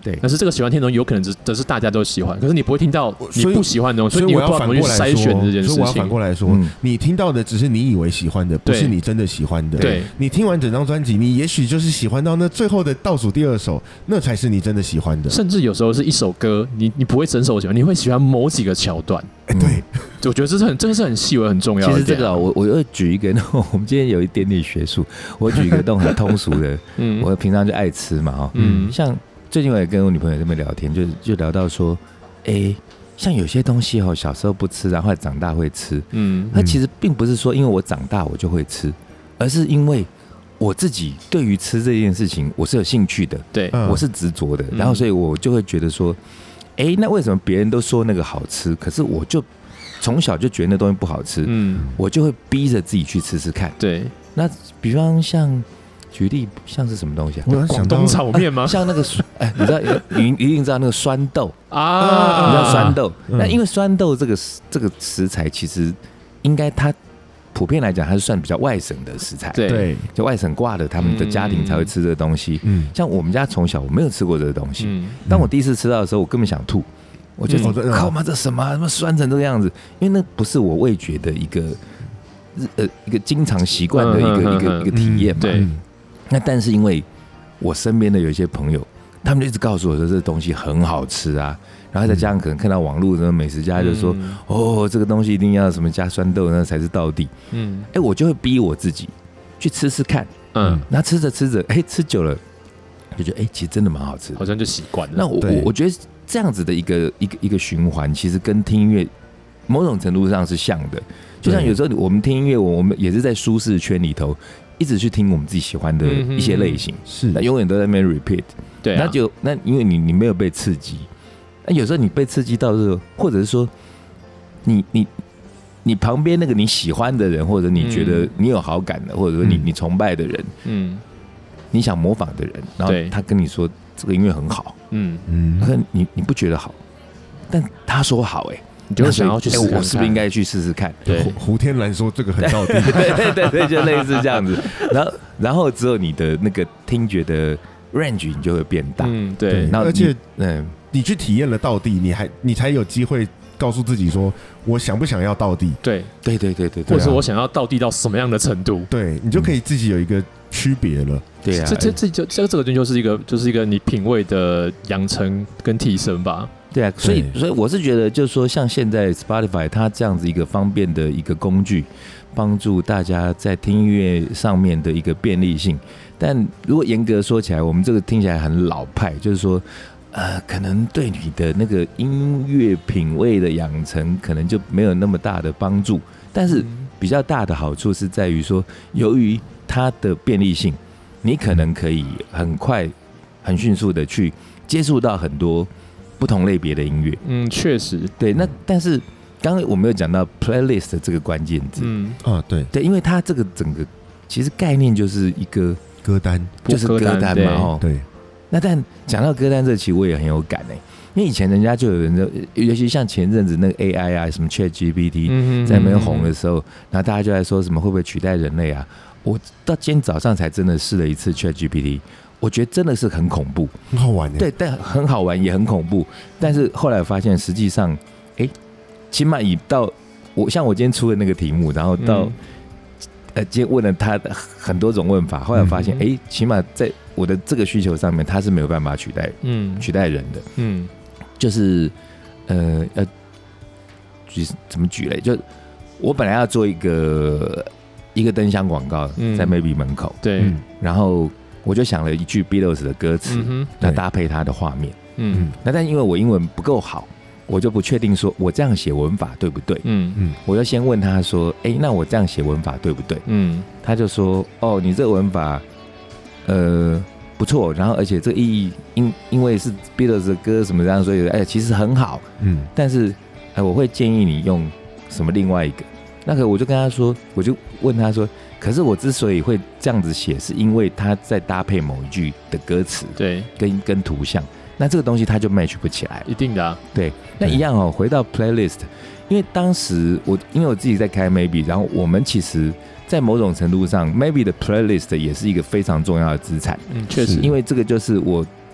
对， 但是这个喜欢听的东西有可能只只是大家都喜欢，可是你不会听到你不喜欢的东西， 所以你不知道怎么去筛选这件事情。 所以我要反过来说，嗯、你听到的只是你以为喜欢的，不是你真的喜欢的。 对， 你听完整张专辑，你也许就是喜欢到那最后的倒数第二首，那才是你真的喜欢的。 甚至有时候是一首歌，你你不会整首喜欢，你会喜欢某几个桥段。 哎、欸，对， 我觉得这是很，这个是很细微、很重要的。 其实这个、啊，我我又举一个，我们今天有一点点学术，我举一个那种很通俗的，嗯，我平常就爱吃嘛，哈，嗯，像最近我也跟我女朋友这边聊天，就就聊到说，哎、欸，像有些东西哦，小时候不吃，然后长大会吃，嗯，那其实并不是说因为我长大我就会吃，而是因为我自己对于吃这件事情我是有兴趣的， 对， 我是执着的，然后所以我就会觉得说。哎、欸，那为什么别人都说那个好吃，可是我就从小就觉得那东西不好吃，嗯，我就会逼着自己去吃吃看。 对， 那比方像举例，像是什么东西啊？ 广东炒面吗？ 啊、像那个，哎、欸，你知道，你一定知道那个酸豆啊，你知道酸豆？嗯、那因为酸豆这个这个食材，其实应该它。普遍来讲，它是算比较外省的食材， 对， 就外省挂的，他们的家庭才会吃这个东西。嗯，像我们家从小我没有吃过这个东西，嗯、当我第一次吃到的时候，我根本想吐，我觉得、嗯、靠妈这什么，什么酸成这个样子？因为那不是我味觉的一个呃一个经常习惯的一个、嗯、一个一个体验嘛。 对， 那但是因为我身边的有一些朋友，他们就一直告诉我说这个东西很好吃啊。然后再加上可能看到网络的美食家就说、嗯、哦这个东西一定要什么加酸豆那才是道地，嗯，哎我就会逼我自己去吃吃看，嗯，那吃着吃着哎吃久了就觉得哎其实真的蛮好吃的， 好像就习惯了。 那我我我觉得这样子的一个一个一个循环，其实跟听音乐某种程度上是像的，就像有时候我们听音乐，我们也是在舒适圈里头一直去听我们自己喜欢的一些类型，是、嗯、那永远都在那边 repeat， 对、啊， 那就那因为你你没有被刺激。那有时候你被刺激到的时候，或者是说你你你旁边那个你喜欢的人，或者你觉得你有好感的，或者说你你崇拜的人，嗯，你想模仿的人，然后他跟你说这个音乐很好，嗯嗯，可你你不觉得好，但他说好，哎、欸， 你就想要去试试看， 我是不是应该去试试看？ 对， 胡天蓝说这个很道地， 对对对对，就类似这样子。然后然后之后你的那个听觉的 range 你就会变大， 嗯，对， 然后而且嗯。你去体验了道地，你还你才有机会告诉自己说，我想不想要道地？ 对对对对对， 或者是我想要道地到什么样的程度？ 对你就可以自己有一个区别了。 对啊， 这这这就这这个就是一个就是一个你品味的养成跟提升吧。 对啊，所以所以我是觉得，就是说，像现在 Spotify 它这样子一个方便的一个工具，帮助大家在听音乐上面的一个便利性。但如果严格说起来，我们这个听起来很老派，就是说。呃，可能对你的那个音乐品味的养成，可能就没有那么大的帮助。但是比较大的好处是在于说，由于它的便利性，你可能可以很快、很迅速的去接触到很多不同类别的音乐。 嗯，确实， 对。那但是刚刚我们有讲到 playlist 这个关键字， 嗯啊，对对，因为它这个整个其实概念就是一个歌单， 就是歌单嘛，哦， 对。 那但讲到歌单这，其实我也很有感哎、欸，因为以前人家就有人就，尤其像前阵子那个 A I 啊，什么 Chat G P T 在那边红的时候，然后大家就在说什么会不会取代人类啊？我到今天早上才真的试了一次 Chat G P T， 我觉得真的是很恐怖， 很好玩、欸， 对，但很好玩也很恐怖。但是后来发现，实际上，哎、欸，起码以到我像我今天出的那个题目，然后到、嗯、呃今天问了他很多种问法，后来发现，哎、欸，起码在我的这个需求上面，它是没有办法取代，嗯，取代人的，嗯，就是呃，要举怎么举嘞？就我本来要做一个一个灯箱广告，在 Maybe 门口， 嗯、对、嗯， 然后我就想了一句 Beatles 的歌词，嗯、来搭配它的画面，嗯，那但因为我英文不够好，我就不确定说我这样写文法对不对，嗯嗯，我就先问他说，哎、欸，那我这样写文法对不对？嗯，他就说，哦，你这个文法。呃，不错，然后而且这个意义因因为是 Beatles 的歌什么这样，所以哎，其实很好，嗯，但是哎，我会建议你用什么另外一个，那个我就跟他说，我就问他说，可是我之所以会这样子写，是因为他在搭配某一句的歌词， 对， 跟跟图像，那这个东西它就 match 不起来， 一定的、啊， 对，那一样哦，回到 playlist， 因为当时我因为我自己在开 Maybe， 然后我们其实。在某种程度上 ，Maybe 的 playlist 也是一个非常重要的资产。 嗯，确实， 因为这个就是我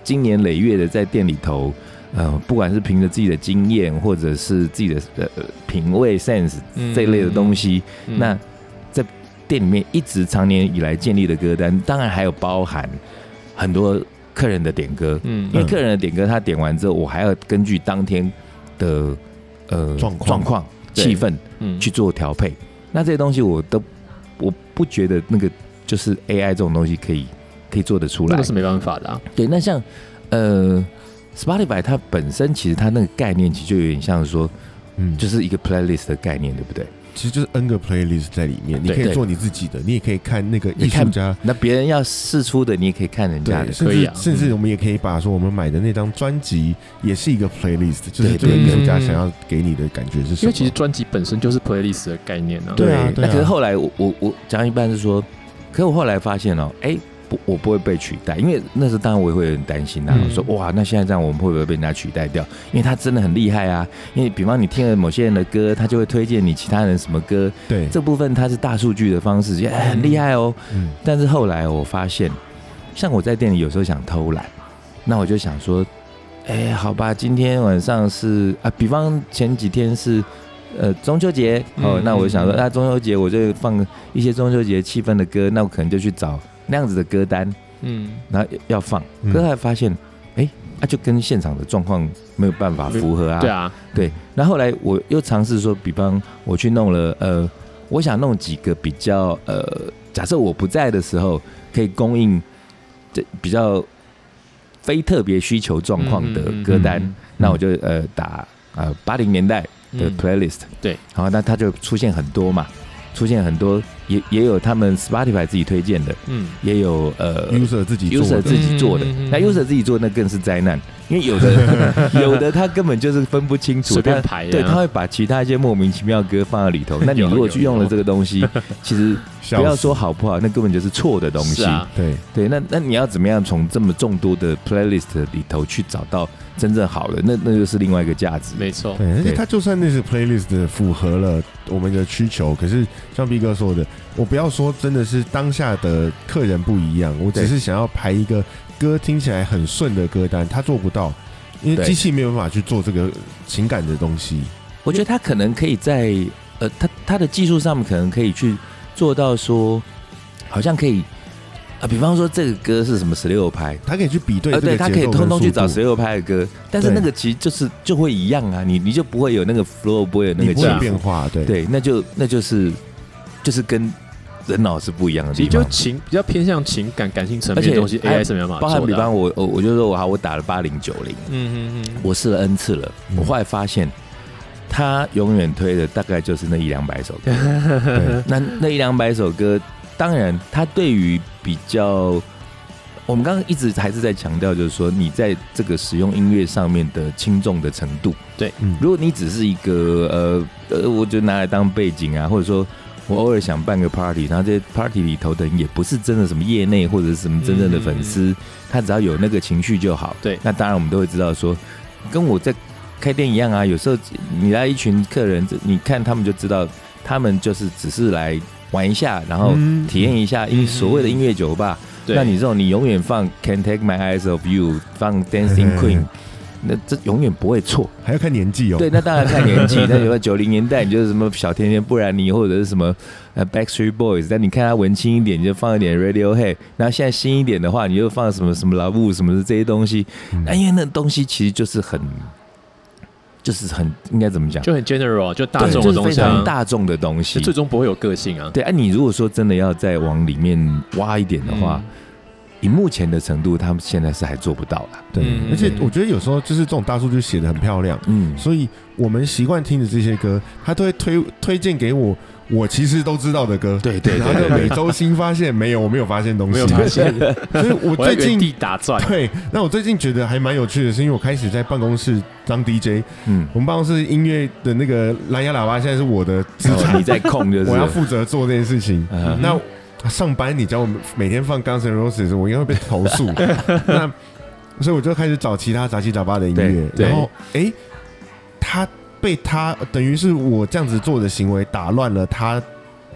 经年累月的在店里头，呃，不管是凭着自己的经验，或者是自己的呃品味 sense 这一类的东西，嗯、那在店里面一直常年以来建立的歌单，当然还有包含很多客人的点歌，嗯，因为客人的点歌他点完之后，我还要根据当天的呃状况、气氛去做调配。嗯、那这些东西我都我不觉得那个就是 A I 这种东西可以可以做得出来， 那个是没办法的、啊。 对，那像呃 Spotify 它本身其实它那个概念其实就有点像是说，嗯，就是一个 playlist 的概念，对不对？ 其实就是 N 个 playlist 在里面，你可以做你自己的，你也可以看那个艺术家， 那别人要试出的，你也可以看人家的， 甚至、啊、甚至我们也可以把说我们买的那张专辑也是一个 playlist， 就是这个艺术家想要给你的感觉是什么？ 因为其实专辑本身就是 playlist 的概念啊。 对啊，对啊，那可是后来我我我讲一半是说，可是我后来发现哦，哎、欸。我不会被取代，因为那时候当然我也会有点担心啊。我、嗯、说哇，那现在这样我们会不会被人家取代掉？因为他真的很厉害啊。因为比方你听了某些人的歌，他就会推荐你其他人什么歌。 对，这部分他是大数据的方式，哎、很厉害哦。嗯。但是后来我发现，像我在店里有时候想偷懒，那我就想说，哎，好吧，今天晚上是啊，比方前几天是呃中秋节哦，嗯、那我就想说，那、啊、中秋节我就放一些中秋节气氛的歌，那我可能就去找那样子的歌单，嗯，然后要放，可是后来发现，哎、欸，那、啊、就跟现场的状况没有办法符合啊。 对啊， 对。然后后来我又尝试说，比方我去弄了，呃，我想弄几个比较，呃，假设我不在的时候可以供应这比较非特别需求状况的歌单，嗯嗯嗯、那我就呃打呃八零年代的 playlist，、嗯、 对， 然后那它就出现很多嘛。出现很多，也也有他们 Spotify 自己推荐的，嗯，也有呃 user 自己做的 user 自己做的，嗯、那 user 自己做的那更是灾难，因为有的有的他根本就是分不清楚， 随便排、啊， 对，他会把其他一些莫名其妙的歌放在里头。那你如果去用了这个东西，其实不要说好不好，那根本就是错的东西。 啊、 对对，那那你要怎么样从这么众多的 playlist 里头去找到真正好的？那那就是另外一个价值。 没错， 对，而且它就算那是 playlist 符合了我们的需求，可是像 B 哥说的，我不要说真的是当下的客人不一样，我只是想要排一个歌听起来很顺的歌单，他做不到，因为机器没有办法去做这个情感的东西。 我觉得他可能可以在呃，他他的技术上面可能可以去做到说，好像可以。啊，比方说这个歌是什么十六拍， 他可以去比对这个节奏跟速度，对，他可以通通去找十六拍的歌，但是那个其实就是就会一样啊，你你就不会有那个 flow， 不会有那个起伏变化，对对，那就那就是就是跟人脑是不一样的地方， 其实就情比较偏向情感感性层面的东西 ，A I 是没办法做的、啊。 包含比方我我我就说我好，我打了八零九零，嗯嗯嗯，我试了 N 次了，嗯、我后来发现。他永远推的大概就是那一两百首歌，对，那那一两百首歌，当然他对于比较，我们刚刚一直还是在强调，就是说你在这个使用音乐上面的轻重的程度， 对， 嗯、如果你只是一个呃呃，我就拿来当背景啊，或者说我偶尔想办个 party， 然后这些 party 里头的人也不是真的什么业内或者是什么真正的粉丝，嗯、他只要有那个情绪就好， 对， 那当然我们都会知道说，跟我在开店一样啊，有时候你来一群客人，你看他们就知道，他们就是只是来玩一下，然后体验一下，因为所谓的音乐酒吧，嗯、那你这种你永远放 Can't Take My Eyes Off You， 放 Dancing Queen，那这永远不会错， 还要看年纪哦。 对，那当然看年纪。那有个九零年代，你就是什么小甜甜布兰妮，或者是什么呃 Backstreet Boys。但你看他文青一点，你就放一点 Radiohead。然后现在新一点的话，你就放什么什么 Love 什么的这些东西。那、嗯、因为那东西其实就是很。就是很应该怎么讲， 就很 general， 就大众的东西、啊， 就是非常大众的东西， 最终不会有个性啊。 对啊，你如果说真的要再往里面挖一点的话，嗯、以目前的程度，他们现在是还做不到啦。 对，嗯、而且我觉得有时候就是这种大数据写得很漂亮，嗯，所以我们习惯听的这些歌，他都会推推荐给我。我其实都知道的歌， 对对 对, 對， 然后就每周新发现，没有，我没有发现东西， 没有发现， 所以我最近我地打转。 对，那我最近觉得还蛮有趣的是，因为我开始在办公室当 D J， 嗯，我们办公室音乐的那个蓝牙喇叭现在是我的资产， 哦、你在控就是， 我要负责做这件事情。嗯、那上班你叫我每天放 Guns N' Roses， 我应该会被投诉。那所以我就开始找其他杂七杂八的音乐，然后哎、欸，他被他等于是我这样子做的行为打乱了他。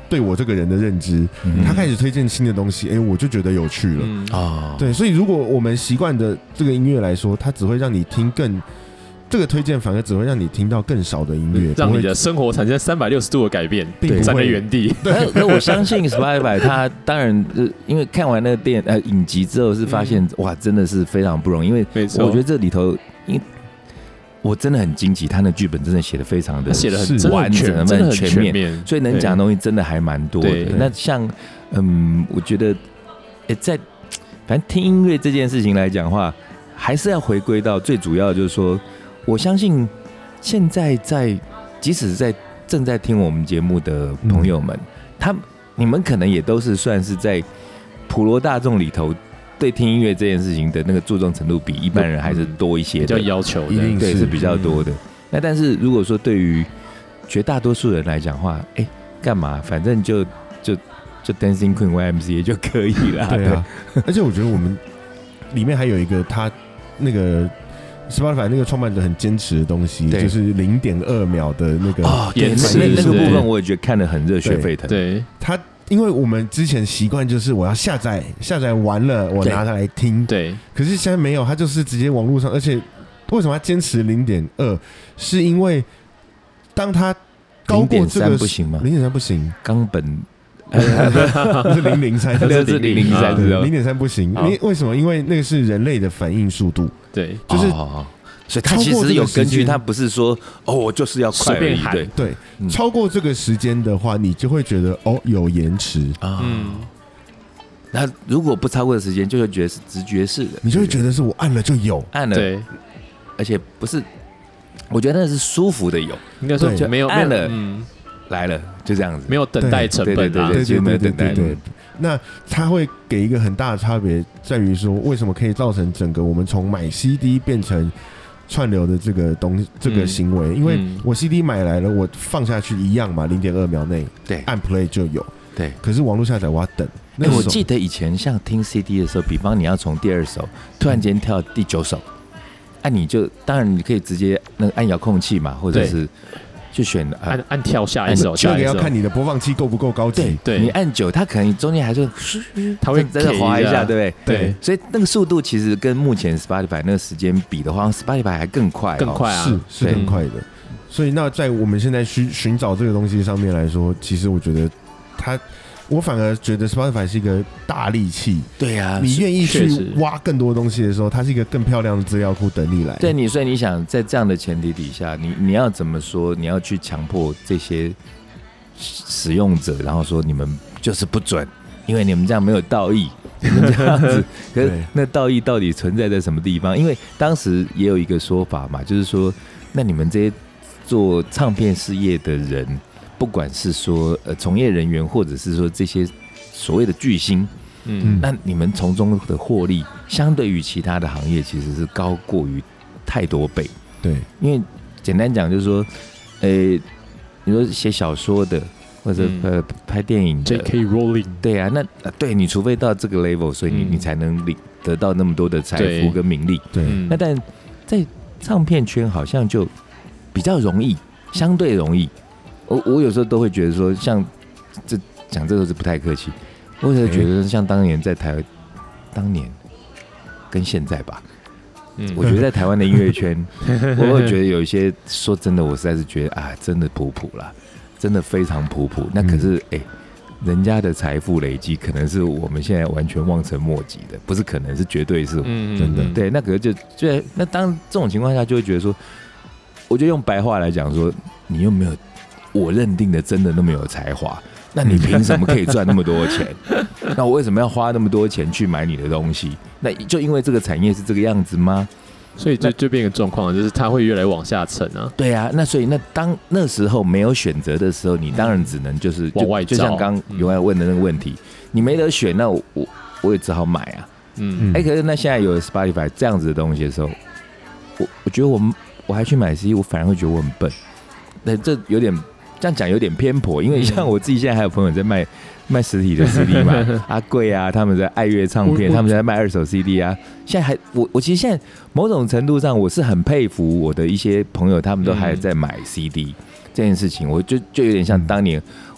对我这个人的认知，嗯、他开始推荐新的东西，哎、欸，我就觉得有趣了啊、嗯哦。对，所以如果我们习惯的这个音乐来说，它只会让你听更。这个推荐反而只会让你听到更少的音乐， 让你的生活产生三百六十度的改变，并站在原地。 对，那我相信 Spotify 它当然，因为看完那个电呃影集之后，是发现、嗯、哇，真的是非常不容易。因为我觉得这里头，因为我真的很惊奇，他的剧本真的写的非常的写的很完整， 真的很全面，所以能讲的东西真的还蛮多的。那像嗯，我觉得，哎，在反正听音乐这件事情来讲的话，还是要回归到最主要的，就是说。我相信现在在，即使在正在听我们节目的朋友们，嗯、他你们可能也都是算是在普罗大众里头对听音乐这件事情的那个注重程度比一般人还是多一些的， 比较要求的， 对，是比较多的。嗯、那但是如果说对于绝大多数人来讲的话，哎、欸，干嘛？反正就就就 Dancing Queen Y M C A 就可以了。 对啊，对而且我觉得我们里面还有一个他那个。Spotify 那个创办者很坚持的东西，就是零点二秒的那个哦，对，那那个部分我也觉得看得很热血沸腾。 对， 他因为我们之前习惯就是我要下载，下载完了我拿它来听， 对。 可是现在没有，他就是直接网络上，而且为什么他坚持零点二？是因为当他高过这个不行吗？ 零点三不行， 冈本。 那是零零三， 那是零零三， 零点三不行。因为什么？因为那个是人类的反应速度， 对， 就是， 哦、所以它其实有根据，它不是说哦，我就是要快而已，对对、嗯。超过这个时间的话，你就会觉得哦，有延迟啊。嗯， 那如果不超过的时间，就会觉得是直觉式的， 你就会觉得是我按了就有， 按了，对，而且不是，我觉得那是舒服的有， 应该说没有按了，嗯。来了，就这样子， 没有等待成本啊， 对对对，没有等待。对， 那它会给一个很大的差别，在于说为什么可以造成整个我们从买 C D 变成串流的这个东这个行为，因为我 C D 买来了，我放下去一样嘛，零点二秒内， 对， 按 play 就有， 对。 可是网络下载我要等。 那我记得以前像听 C D 的时候，比方你要从第二首突然间跳第九首，按你就当然你可以直接那个按遥控器嘛，或者是。就选按按跳下一首， 这个要看你的播放器够不够高级。 对，你按久，它可能中间还是它会真的滑一下，对不对？对， 所以那个速度其实跟目前 Spotify 那个时间比的话 ，Spotify 还更快， 更快啊， 是是更快的。所以那在我们现在寻寻找这个东西上面来说，其实我觉得它。我反而觉得 Spotify 是一个大利器， 对呀、啊， 你愿意去挖更多东西的时候，它是一个更漂亮的资料库等你来。 对你，所以你想在这样的前提底下，你你要怎么说？你要去强迫这些使用者，然后说你们就是不准，因为你们这样没有道义，你们这样子。可是那道义到底存在在什么地方？因为当时也有一个说法嘛，就是说，那你们这些做唱片事业的人。不管是说呃从业人员，或者是说这些所谓的巨星，嗯，那你们从中的获利，相对于其他的行业，其实是高过于太多倍。 对， 因为简单讲就是说，呃，你说写小说的，或者呃拍电影的 ，J K Rowling， 对啊，那对你除非到这个 level， 所以你、嗯、你才能得到那么多的财富跟名利。 对， 那但在唱片圈好像就比较容易，相对容易。我我有时候都会觉得说，像这讲这个是不太客气，我有时候觉得像当年在台，当年跟现在吧，嗯，我觉得在台湾的音乐圈，我会觉得有一些说真的，我实在是觉得啊，真的普普啦，真的非常普普。那可是哎、欸，人家的财富累积可能是我们现在完全望尘莫及的，不是可能是绝对是真的。对，那可是就就那当这种情况下，就会觉得说，我就用白话来讲说，你又没有。我认定的真的那么有才华，那你凭什么可以赚那么多钱？那我为什么要花那么多钱去买你的东西？那就因为这个产业是这个样子吗？ 所以就就变一个状况，就是它会越来越往下沉啊。 对啊，那所以那当那时候没有选择的时候，你当然只能就是往外找， 就像刚有人问的那个问题，嗯、你没得选，那我我我也只好买啊。嗯，哎、欸，可是那现在有 Spotify 这样子的东西的时候，我我觉得我我还去买 C D， 我反而会觉得我很笨。那这有点。这样讲有点偏颇，因为像我自己现在还有朋友在卖卖实体的 C D 嘛，阿贵啊，他们在爱乐唱片，他们在卖二手 C D 啊。现在还我我其实现在某种程度上我是很佩服我的一些朋友，他们都还在买 C D、嗯、这件事情，我就就有点像当年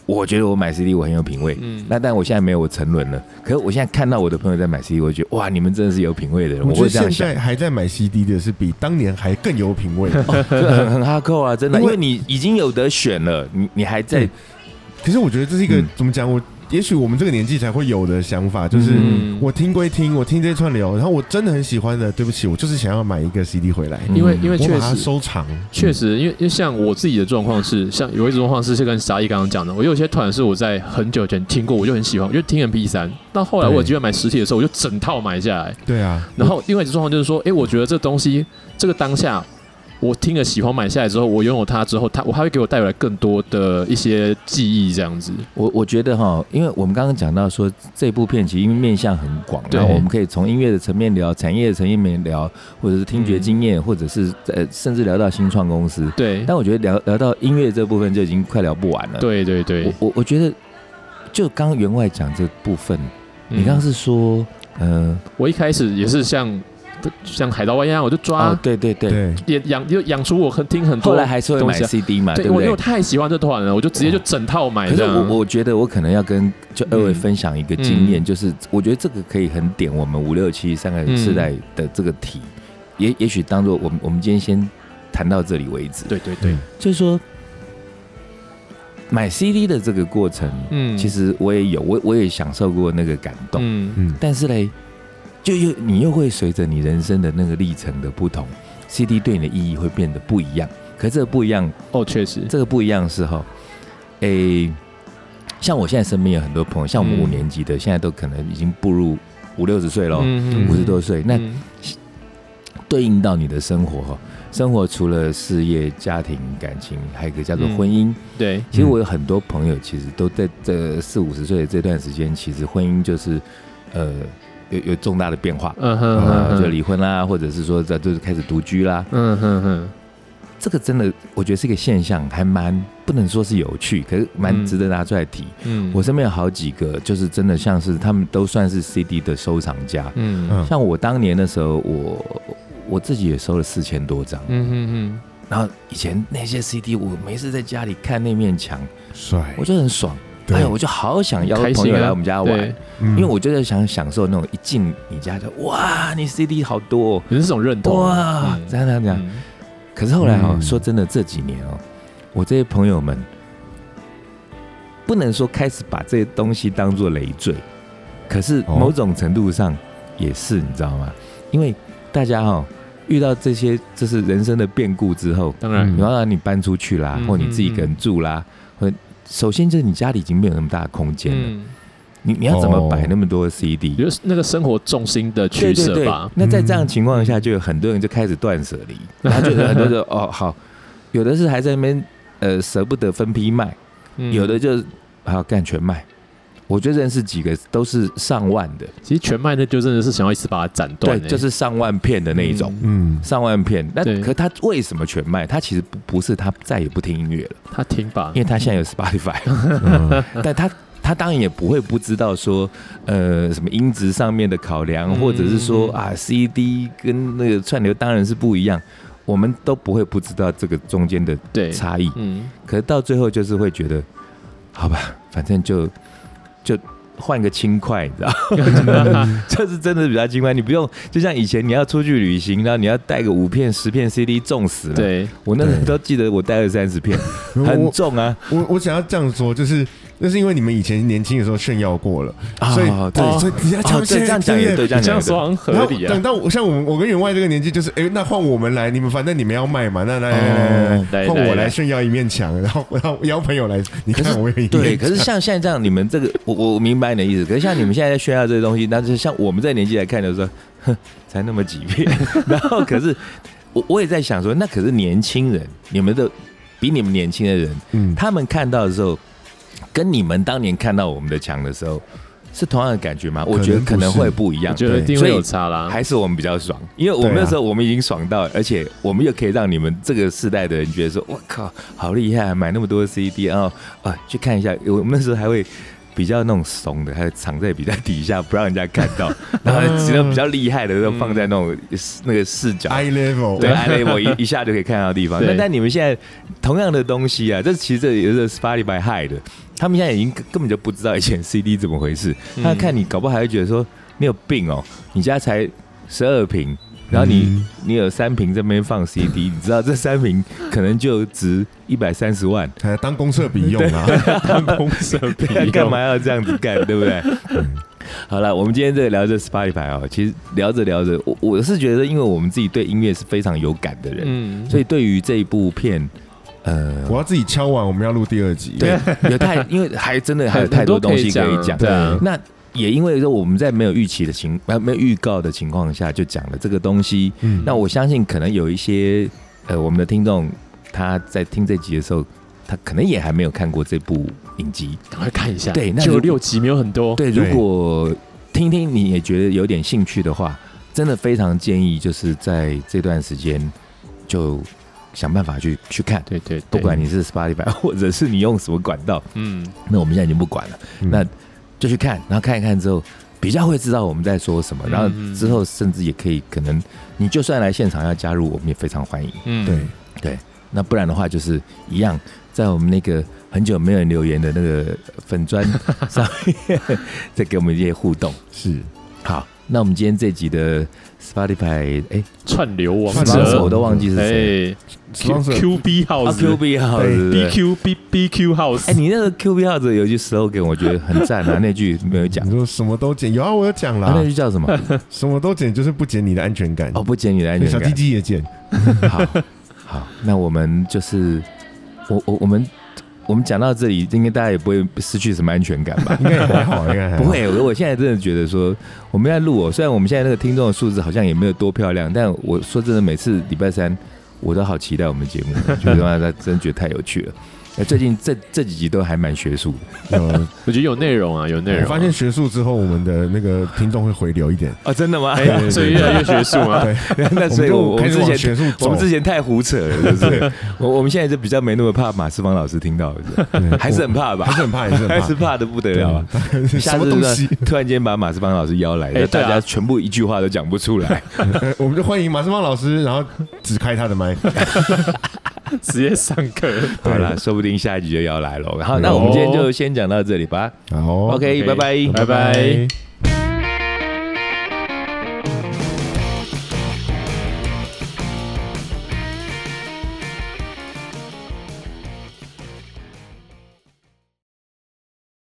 我觉得我买 C D 我很有品味，嗯，那但我现在没有，我沉沦了。可是我现在看到我的朋友在买 C D， 我就觉得哇，你们真的是有品味的人。 我觉得现在还在买 C D 的是比当年还更有品味， 哦、很很哈扣啊，真的，因为你已经有得选了，你你还在。 可是我觉得这是一个、嗯、怎么讲？我也许我们这个年纪才会有的想法，就是我听归听，我听这串流，然后我真的很喜欢的，对不起，我就是想要买一个 C D 回来， 因为因为确实收藏， 确实，因为因为像我自己的状况是，像有一种状况是，是跟沙溢刚刚讲的，我有些团是我在很久前听过，我就很喜欢，我就听 M P 三，到后来我有机会买实体的时候，我就整套买下来。 对啊， 然后另外一种状况就是说，哎、欸，我觉得这东西，这个当下。我听了喜欢买下来之后，我拥有它之后，它我还会给我带来更多的一些记忆，这样子。 我我觉得哈，因为我们刚刚讲到说这部片其实因为面向很广，然后我们可以从音乐的层面聊，产业的层面聊，或者是听觉经验，嗯、或者是呃甚至聊到新创公司。 对。 但我觉得聊聊到音乐这部分就已经快聊不完了。 对对对。 我我我觉得就刚刚员外讲这部分，嗯、你刚刚是说呃， 我一开始也是像。像海盗湾一样，我就抓， 哦、对对对， 也养就养出我很听很多， 后来还是会买 C D 嘛，对, 对不对？ 我因为我太喜欢这团了，我就直接就整套买。可是我我觉得我可能要跟就二位分享一个经验，嗯、就是我觉得这个可以很点我们五六七三个世代的这个题，嗯、也也许当做我们我们今天先谈到这里为止。 对对对， 就是说买 C D 的这个过程，嗯，其实我也有，我我也享受过那个感动，嗯嗯，但是嘞。就又你又会随着你人生的那个历程的不同 ，C D 对你的意义会变得不一样。可是这个不一样哦，确实， 这个不一样是哈，诶，像我现在身边有很多朋友，像我们五年级的，嗯、现在都可能已经步入五六十岁了，五十多岁。那、嗯、对应到你的生活哈，生活除了事业、家庭、感情，还有一个叫做婚姻。嗯、 对， 其实我有很多朋友，其实都在这四五十岁的这段时间，其实婚姻就是呃。有有重大的变化，嗯哼哼哼，就离婚啦，或者是说在就是开始独居啦，嗯哼哼，这个真的我觉得是一个现象，还蛮不能说是有趣，可是蛮值得拿出来提。嗯，我身边有好几个，就是真的像是他们都算是 C D 的收藏家，嗯，像我当年的时候，我我自己也收了四千多张，嗯哼哼，然后以前那些 C D 我没事在家里看那面墙， 帅， 我就很爽。哎呀，我就好想邀朋友来我们家玩，啊嗯、因为我就在想享受那种一进你家就哇，你 C D 好多、哦， 有这种认同哇，这样这样这样。嗯、可是后来哦，嗯、说真的，这几年哦，我这些朋友们不能说开始把这些东西当作累赘，可是某种程度上也是，你知道吗？因为大家哈、哦、遇到这些就是人生的变故之后， 当然， 你要让你搬出去啦，嗯、或你自己一个人住啦，或首先就是你家里已经没有那么大的空间了，嗯、你你要怎么摆那么多的 C D？ 就是那个生活重心的取舍吧。对对对， 那在这样的情况下，就有很多人就开始断舍离，然后就有很多人哦好，有的是还在那边呃舍不得分批卖，嗯、有的就好干全卖。我就认识几个都是上万的， 其实全卖那就真的是想要一次把它斩断、欸， 对，就是上万片的那一种，嗯，上万片。那可他为什么全卖？他其实不不是他再也不听音乐了， 他听吧， 因为他现在有 Spotify，、嗯、但他他当然也不会不知道说，呃，什么音质上面的考量，或者是说啊 ，C D 跟那个串流当然是不一样，我们都不会不知道这个中间的差异。嗯，可是到最后就是会觉得，好吧，反正就。就换个轻快，你知道，就是真的比较轻快。你不用，就像以前你要出去旅行，然后你要带个五片、十片 C D， 重死了。 对， 我那时候都记得我带了三十片，很重啊。 我 我, 我想要这样说，就是。那是因为你们以前年轻的时候炫耀过了，哦、所以对，哦、所以你要这样这样讲也对，这样说很合理啊。 等到像我们我跟员外这个年纪，就是哎、欸，那换我们来，你们反正你们要卖嘛，那来来来来，换我来炫耀一面墙，然后然后邀朋友来，你看我有一面对，可是像现在这样，你们这个我我明白你的意思，可是像你们现在在炫耀这些东西，那就是像我们这个年纪来看的时候，哼，才那么几片，然后可是我我也在想说，那可是年轻人，你们的比你们年轻的人，嗯，他们看到的时候。跟你们当年看到我们的墙的时候是同样的感觉吗？我觉得可能会不一样， 我觉得一定会有差啦。 还是我们比较爽，因为我们那时候我们已经爽到，而且我们又可以让你们这个世代的人觉得说，我靠，好厉害，买那么多 C D， 然后啊去看一下。我们那时候还会比较那种怂的，还藏在比较底下，不让人家看到，然后只有比较厉害的都放在那种那个视角 eye level， 对 eye level 一一下就可以看到的地方。但但你们现在同样的东西啊，这其实这也是 Spotify high 的。 他们现在已经根本就不知道以前 C D 怎么回事。嗯、他看你，搞不好还会觉得说你有病哦，你家才十二坪，然后你、嗯、你有三坪这边放 C D， 你知道这三坪可能就值一百三十万， 还当公设比用啊， 当公设比用， 干嘛要这样子干，对不对？嗯、好了，我们今天这个聊着 Spotify 哦，其实聊着聊着，我我是觉得，因为我们自己对音乐是非常有感的人，嗯，所以对于这一部片。 呃，我要自己敲完，我们要录第二集。 对，有太，因为还真的还有太多东西可以讲。 对啊， 那也因为说我们在没有预期的情，没有预告的情况下就讲了这个东西。嗯，那我相信可能有一些呃我们的听众他在听这集的时候，他可能也还没有看过这部影集， 赶快看一下。 对，那就六集没有很多。 对，如果听听你也觉得有点兴趣的话，真的非常建议就是在这段时间就。想办法去去看， 对 对, 对， 不管你是 Spotify 或者是你用什么管道，嗯，那我们现在已经不管了，嗯、那就去看，然后看一看之后，比较会知道我们在说什么，然后之后甚至也可以，可能你就算来现场要加入，我们也非常欢迎， 嗯，对对，那不然的话就是一样，在我们那个很久没有人留言的那个粉专上面，再给我们一些互动， 是好。那我们今天这集的 Spotify 哎、欸、 串流王者，我都忘记是谁。 Q B House Q B House B Q B B Q House。 哎，你那个 Q B House 有一句 slogan 我觉得很赞啊，那句没有讲。 你说什么都捡，有啊，我有讲啦、 啊。那句叫什么？ 什么都捡，就是不捡你的安全感。 哦，不捡你的安全感。 小鸡鸡也捡。 好，好，那我们就是我我我们。我们讲到这里，应该大家也不会失去什么安全感吧？ 应该还好，应该还好。 不会，我现在真的觉得说，我们在录哦，虽然我们现在那个听众的数字好像也没有多漂亮，但我说真的，每次礼拜三我都好期待我们节目，觉得大家真的觉得太有趣了。最近这这几集都还蛮学术的， 呃，我觉得有内容啊，有内容、啊。 我发现学术之后，我们的那个听众会回流一点啊、哦，真的吗？ 哎、欸，所以越来越学术嘛。 对， 那所以我们之前学术， 我们之前太胡扯了，就是我我们现在就比较没那么怕马世芳老师听到的，还是很怕吧？ 还是很怕，还是很怕， 还是怕的不得了啊！下次突然间把马世芳老师邀来，欸、大家全部一句话都讲不出来， 我们就欢迎马世芳老师，然后只开他的麦。 直接上课， 好了，说不定下一集就要来了。好，那我们今天就先讲到这里吧。 好 ，OK， 拜拜， 拜拜。